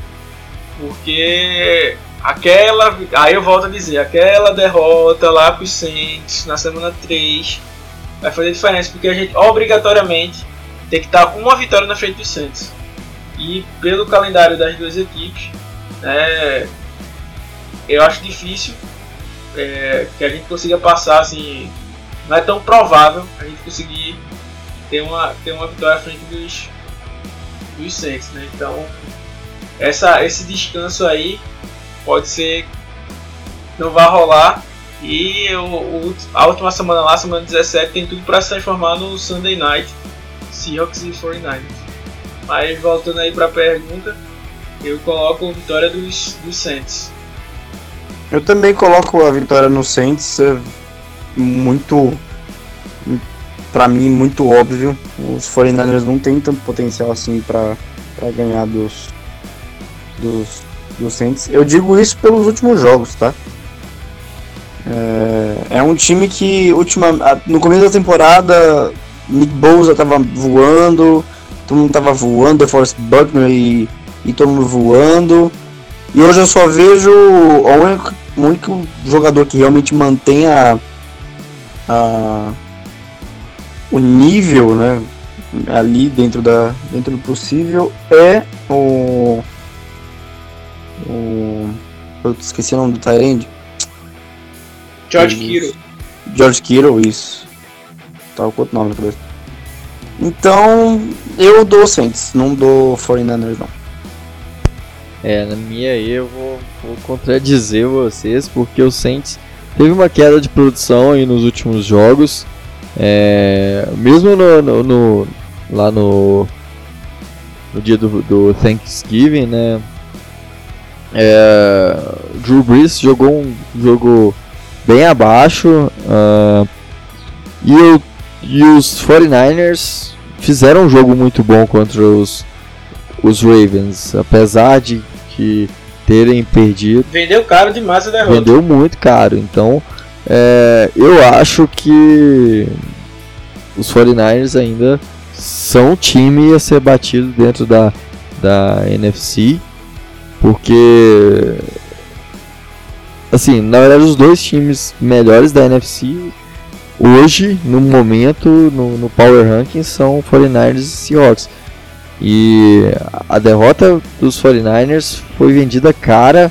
Porque aquela, aí eu volto a dizer, aquela derrota lá para os Saints na semana três vai fazer diferença, porque a gente obrigatoriamente tem que estar uma vitória na frente dos Saints. E pelo calendário das duas equipes, né, eu acho difícil é, que a gente consiga passar, assim, não é tão provável a gente conseguir ter uma, ter uma vitória à frente dos, dos Saints, né? Então essa, esse descanso aí pode ser que não vá rolar, e o, o, a última semana lá, semana dezessete, tem tudo para se transformar no Sunday Night Seahawks e quarenta-nine ers. Mas voltando aí para a pergunta, eu coloco a vitória dos, dos Saints. Eu também coloco a vitória no Saints, é muito, pra mim, muito óbvio. Os quarenta e nine ers não tem tanto potencial assim para ganhar dos, dos, dos Saints. Eu digo isso pelos últimos jogos, tá? É, é um time que ultima, no começo da temporada Nick Bosa tava voando, todo mundo tava voando, DeForest Buckner e, e todo mundo voando. E hoje eu só vejo o único, o único jogador que realmente mantém a, a, o nível, né, ali dentro, da, dentro do possível é o... o eu esqueci o nome do tight end. George Kittle. George Kittle, isso. Tava com outro nome na cabeça. Então, eu dou Saints, não dou quarenta e nine ers não. É, na minha aí eu vou, vou contradizer vocês, porque o Saints teve uma queda de produção aí nos últimos jogos. É, mesmo no, no, no, lá no, no dia do, do Thanksgiving, né? É, o Drew Brees jogou um jogo bem abaixo, uh, e, o, e os quarenta e nine ers fizeram um jogo muito bom contra os, os Ravens, apesar de que terem perdido. Vendeu caro demais a derrota. Vendeu muito caro, então é, eu acho que os quarenta e nine ers ainda são um time a ser batido dentro da, da N F C, porque assim, na verdade os dois times melhores da N F C hoje, no momento, no, no Power Rankings, são quarenta e nine ers e Seahawks. E a derrota dos quarenta e nine ers foi vendida cara,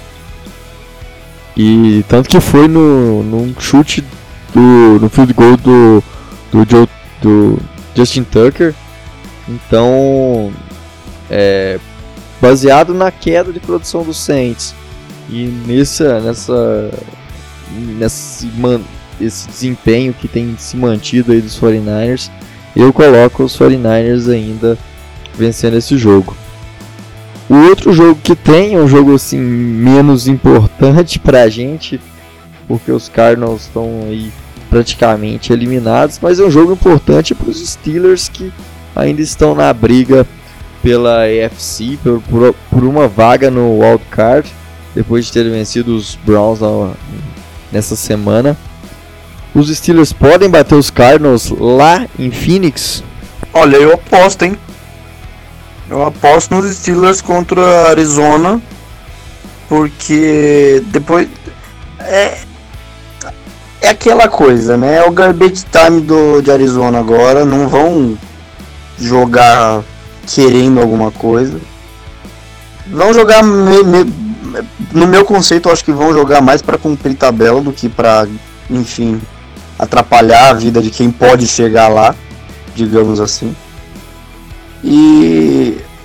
e tanto que foi no, num chute do, no field goal do, do, Joe, do Justin Tucker. Então, é, baseado na queda de produção dos Saints e nessa, nessa, nesse, man, esse desempenho que tem se mantido aí dos quarenta e nine ers, eu coloco os quarenta e nine ers ainda vencendo esse jogo. O outro jogo que tem, um jogo assim menos importante pra gente, porque os Cardinals estão aí praticamente eliminados, mas é um jogo importante para os Steelers, que ainda estão na briga pela A F C, por, por, por uma vaga no Wild Card, depois de terem vencido os Browns na, nessa semana. Os Steelers podem bater os Cardinals lá em Phoenix? Olha, eu aposto, hein? Eu aposto nos Steelers contra Arizona, porque depois é, é aquela coisa, né? É o garbage time do, de Arizona agora, não vão jogar querendo alguma coisa. Vão jogar, me, me, no meu conceito, eu acho que vão jogar mais para cumprir tabela do que para, enfim, atrapalhar a vida de quem pode chegar lá, digamos assim. E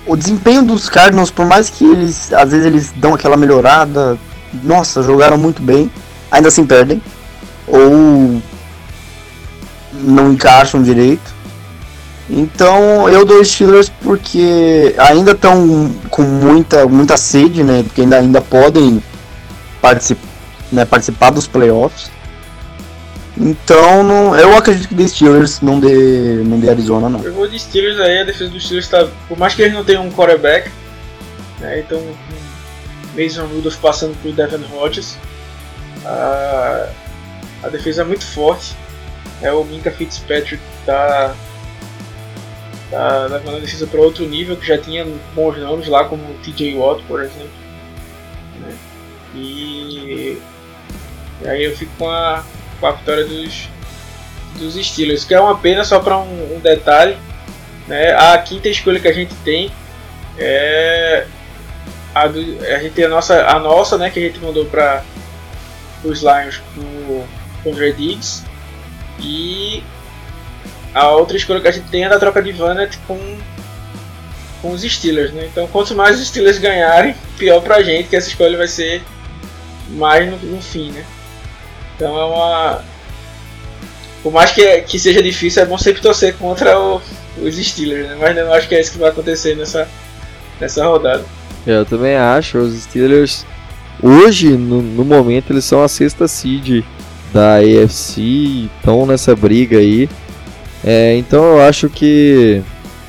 o desempenho dos Cardinals, por mais que eles, às vezes eles dão aquela melhorada, nossa, jogaram muito bem, ainda assim perdem, ou não encaixam direito. Então eu dou Steelers porque ainda estão com muita, muita sede, né? Porque ainda, ainda podem particip, né, participar dos playoffs. Então não, eu acredito que de Steelers, não de, não de Arizona, não. Eu vou de Steelers aí, a defesa dos Steelers tá. Por mais que eles não tenham um quarterback, né? Então um Mason Rudolph passando por Devin Hodges. A, a defesa é muito forte. É, o Minka Fitzpatrick tá. Tá levando a defesa para outro nível, que já tinha bons nomes lá, como o T J Watt, por exemplo. Né? E, e aí eu fico com a, com a vitória dos, dos Steelers, que é uma pena, só para um, um detalhe. Né? A quinta escolha que a gente tem é a, do, a gente tem a nossa, a nossa, né, que a gente mandou para os Lions com o Andre Diggs. E a outra escolha que a gente tem é da troca de Vanett com, com os Steelers, né? Então, quanto mais os Steelers ganharem, pior pra gente, que essa escolha vai ser mais no, no fim, né? Então é uma... Por mais que, que seja difícil, é bom sempre torcer contra o, os Steelers, né? Mas eu não acho que é isso que vai acontecer nessa, nessa rodada. Eu também acho, os Steelers hoje, no, no momento, eles são a sexta seed da A F C, estão nessa briga aí. É, então eu acho que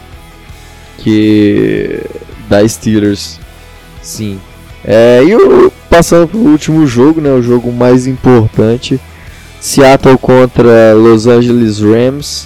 que da Steelers, sim. É, e o, passando para o último jogo, né, o jogo mais importante, Seattle contra Los Angeles Rams.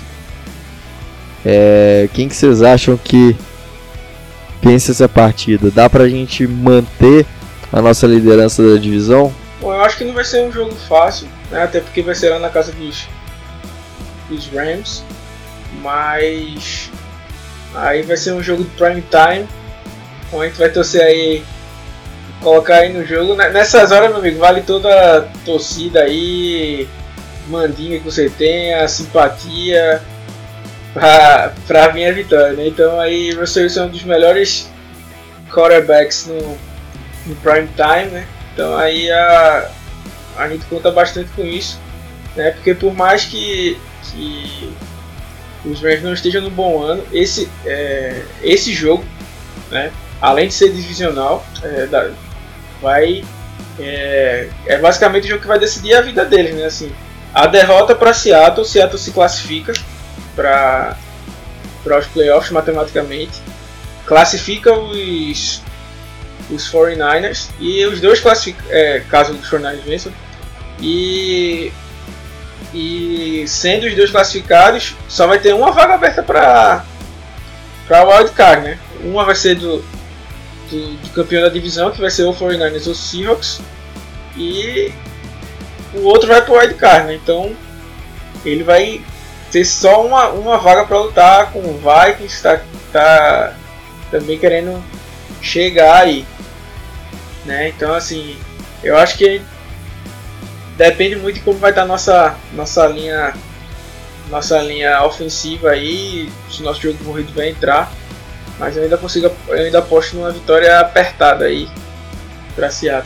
É, quem que vocês acham que pensa essa partida? Dá pra gente manter a nossa liderança da divisão? Bom, eu acho que não vai ser um jogo fácil, né, até porque vai ser lá na casa dos dos Rams, mas aí vai ser um jogo de prime time, então a gente vai torcer aí, colocar aí no jogo. Nessas horas, meu amigo, vale toda a torcida aí, mandinga que você tem, a simpatia pra, pra vir a vitória, né? Então aí Russell Wilson é um dos melhores quarterbacks no, no prime time, né? Então aí a, a gente conta bastante com isso, né? Porque por mais que que os Rams não estejam no bom ano, esse, é, esse jogo, né, além de ser divisional, é, da, vai é, é basicamente o jogo que vai decidir a vida deles, né? Assim, a derrota para Seattle, Seattle se classifica para para os playoffs matematicamente, classifica os os forty-niners e os dois classificam, é, caso os forty-niners vençam, e E sendo os dois classificados, só vai ter uma vaga aberta para para o wildcard, né? Uma vai ser do, do, do campeão da divisão, que vai ser o forty-niners ou Seahawks, e o outro vai para o wildcard, né? Então ele vai ter só uma, uma vaga para lutar com o Vikings, está tá também querendo chegar aí, né? Então assim, eu acho que depende muito de como vai estar nossa nossa linha nossa linha ofensiva aí, se o nosso jogo corrido vai entrar, mas eu ainda consigo, eu ainda aposto numa vitória apertada aí para Seattle.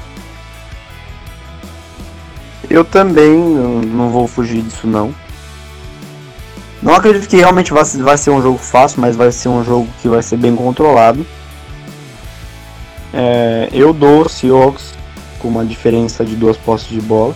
Eu também não, não vou fugir disso não. Não acredito que realmente vai, vai ser um jogo fácil, mas vai ser um jogo que vai ser bem controlado. É, eu dou Seahawks com uma diferença de duas posses de bola.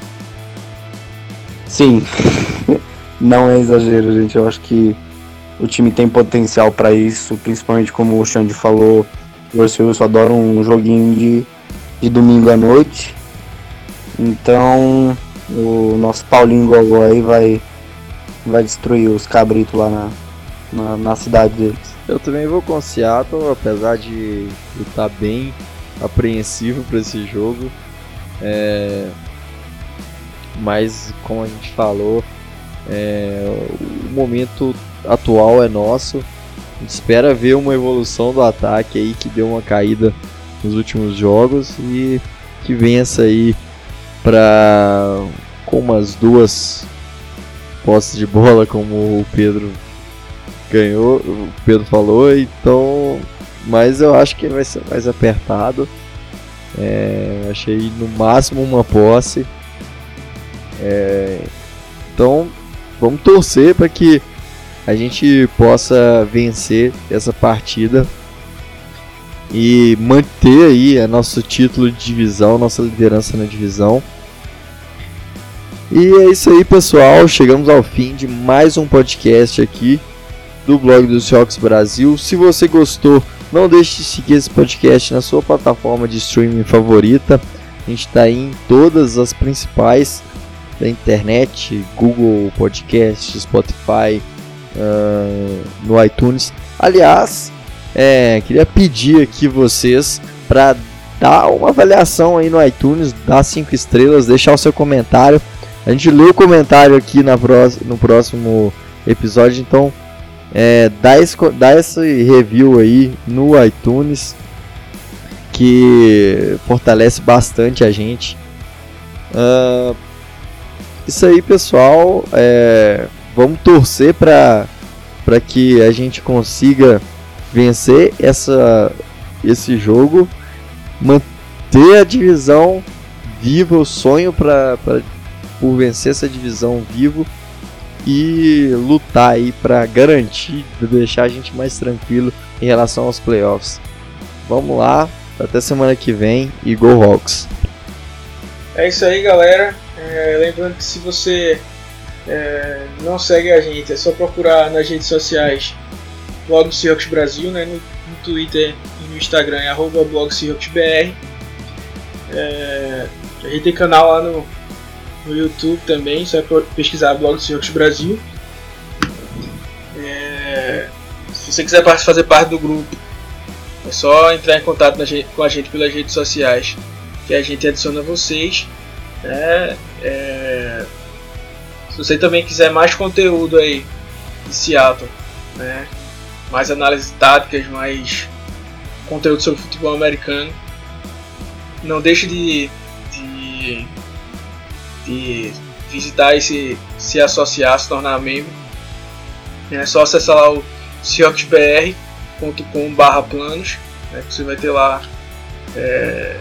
Sim, não é exagero, gente. Eu acho que o time tem potencial para isso, principalmente como o Xande falou. O Russell Wilson adora um joguinho de, de domingo à noite. Então, o nosso Paulinho Gogó aí vai, vai destruir os cabritos lá na, na, na cidade deles. Eu também vou com o Seattle, apesar de eu estar bem apreensivo para esse jogo. É... Mas, como a gente falou, é... o momento atual é nosso. A gente espera ver uma evolução do ataque aí, que deu uma caída nos últimos jogos, e que vença aí para com umas duas posses de bola, como o Pedro ganhou, o Pedro falou. Então mas eu acho que vai ser mais apertado. É, achei no máximo uma posse. É, então vamos torcer para que a gente possa vencer essa partida e manter aí a nosso título de divisão, nossa liderança na divisão. E é isso aí, pessoal, chegamos ao fim de mais um podcast aqui do blog do Seahawks Brasil. Se você gostou, não deixe de seguir esse podcast na sua plataforma de streaming favorita. A gente está em todas as principais da internet, Google Podcast, Spotify, uh, no iTunes. Aliás, é, queria pedir aqui vocês para dar uma avaliação aí no iTunes, dar cinco estrelas, deixar o seu comentário. A gente lê o comentário aqui na pró- no próximo episódio, então é, dá, esse, dá esse review aí no iTunes, que fortalece bastante a gente. Uh, isso aí, pessoal, é, vamos torcer para para que a gente consiga vencer essa, esse jogo, manter a divisão viva, o sonho para por vencer essa divisão vivo e lutar aí para garantir, deixar a gente mais tranquilo em relação aos playoffs. Vamos lá, até semana que vem e Go Hawks! É isso aí, galera. É, lembrando que se você é, não segue a gente, é só procurar nas redes sociais Blog do Seahawks Brasil, né? no, no Twitter e no Instagram é arroba blog Seahawks B R. É, a gente tem canal lá no no YouTube também, só é pesquisar Blog do Seahawks Brasil. É, se você quiser fazer parte do grupo, é só entrar em contato na gente, com a gente pelas redes sociais, que a gente adiciona vocês. Né? É, se você também quiser mais conteúdo aí de Seattle, né? Mais análises táticas, mais conteúdo sobre futebol americano, não deixe de, de de visitar e se, se associar, se tornar membro. É só acessar lá o seahawks b r ponto com barra planos, né, que você vai ter lá é,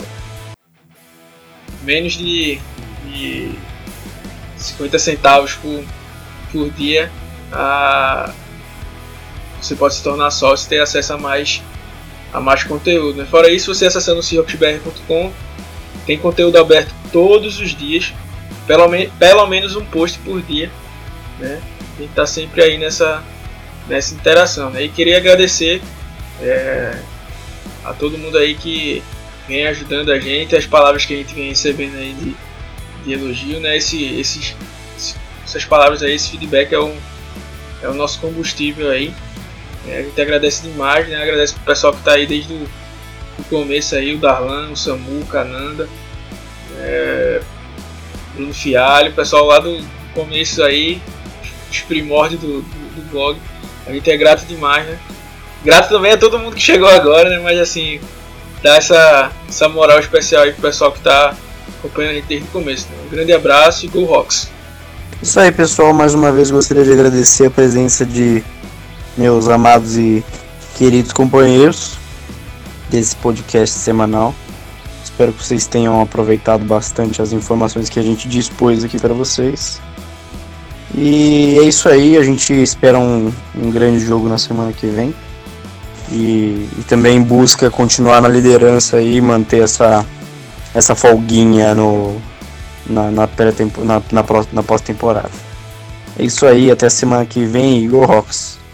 menos de, de cinquenta centavos por, por dia. A, você pode se tornar sócio e ter acesso a mais, a mais conteúdo. Né? Fora isso, você acessando o seahawks b r ponto com, tem conteúdo aberto todos os dias. Pelo, me- pelo menos um post por dia, né? A gente tá sempre aí nessa, nessa interação, né? E queria agradecer é, a todo mundo aí que vem ajudando a gente, as palavras que a gente vem recebendo aí de, de elogio, né? Esse, esses, essas palavras aí, esse feedback é, um, é o nosso combustível aí. É, a gente agradece demais, né? Agradece pro pessoal que tá aí desde o do começo aí, o Darlan, o Samu, o Cananda, é, Bruno Fialho, o pessoal lá do começo aí, os primórdios do, do, do blog. A gente é grato demais, né? Grato também a todo mundo que chegou agora, né? Mas assim, dá essa, essa moral especial aí pro pessoal que tá acompanhando a gente desde o começo. Né? Um grande abraço e Go Hawks! Isso aí, pessoal, mais uma vez gostaria de agradecer a presença de meus amados e queridos companheiros desse podcast semanal. Espero que vocês tenham aproveitado bastante as informações que a gente dispôs aqui para vocês. E é isso aí, a gente espera um, um grande jogo na semana que vem. E, e também busca continuar na liderança e manter essa, essa folguinha no, na, na, na, na, na pós-temporada. É isso aí, até a semana que vem e Go Hawks!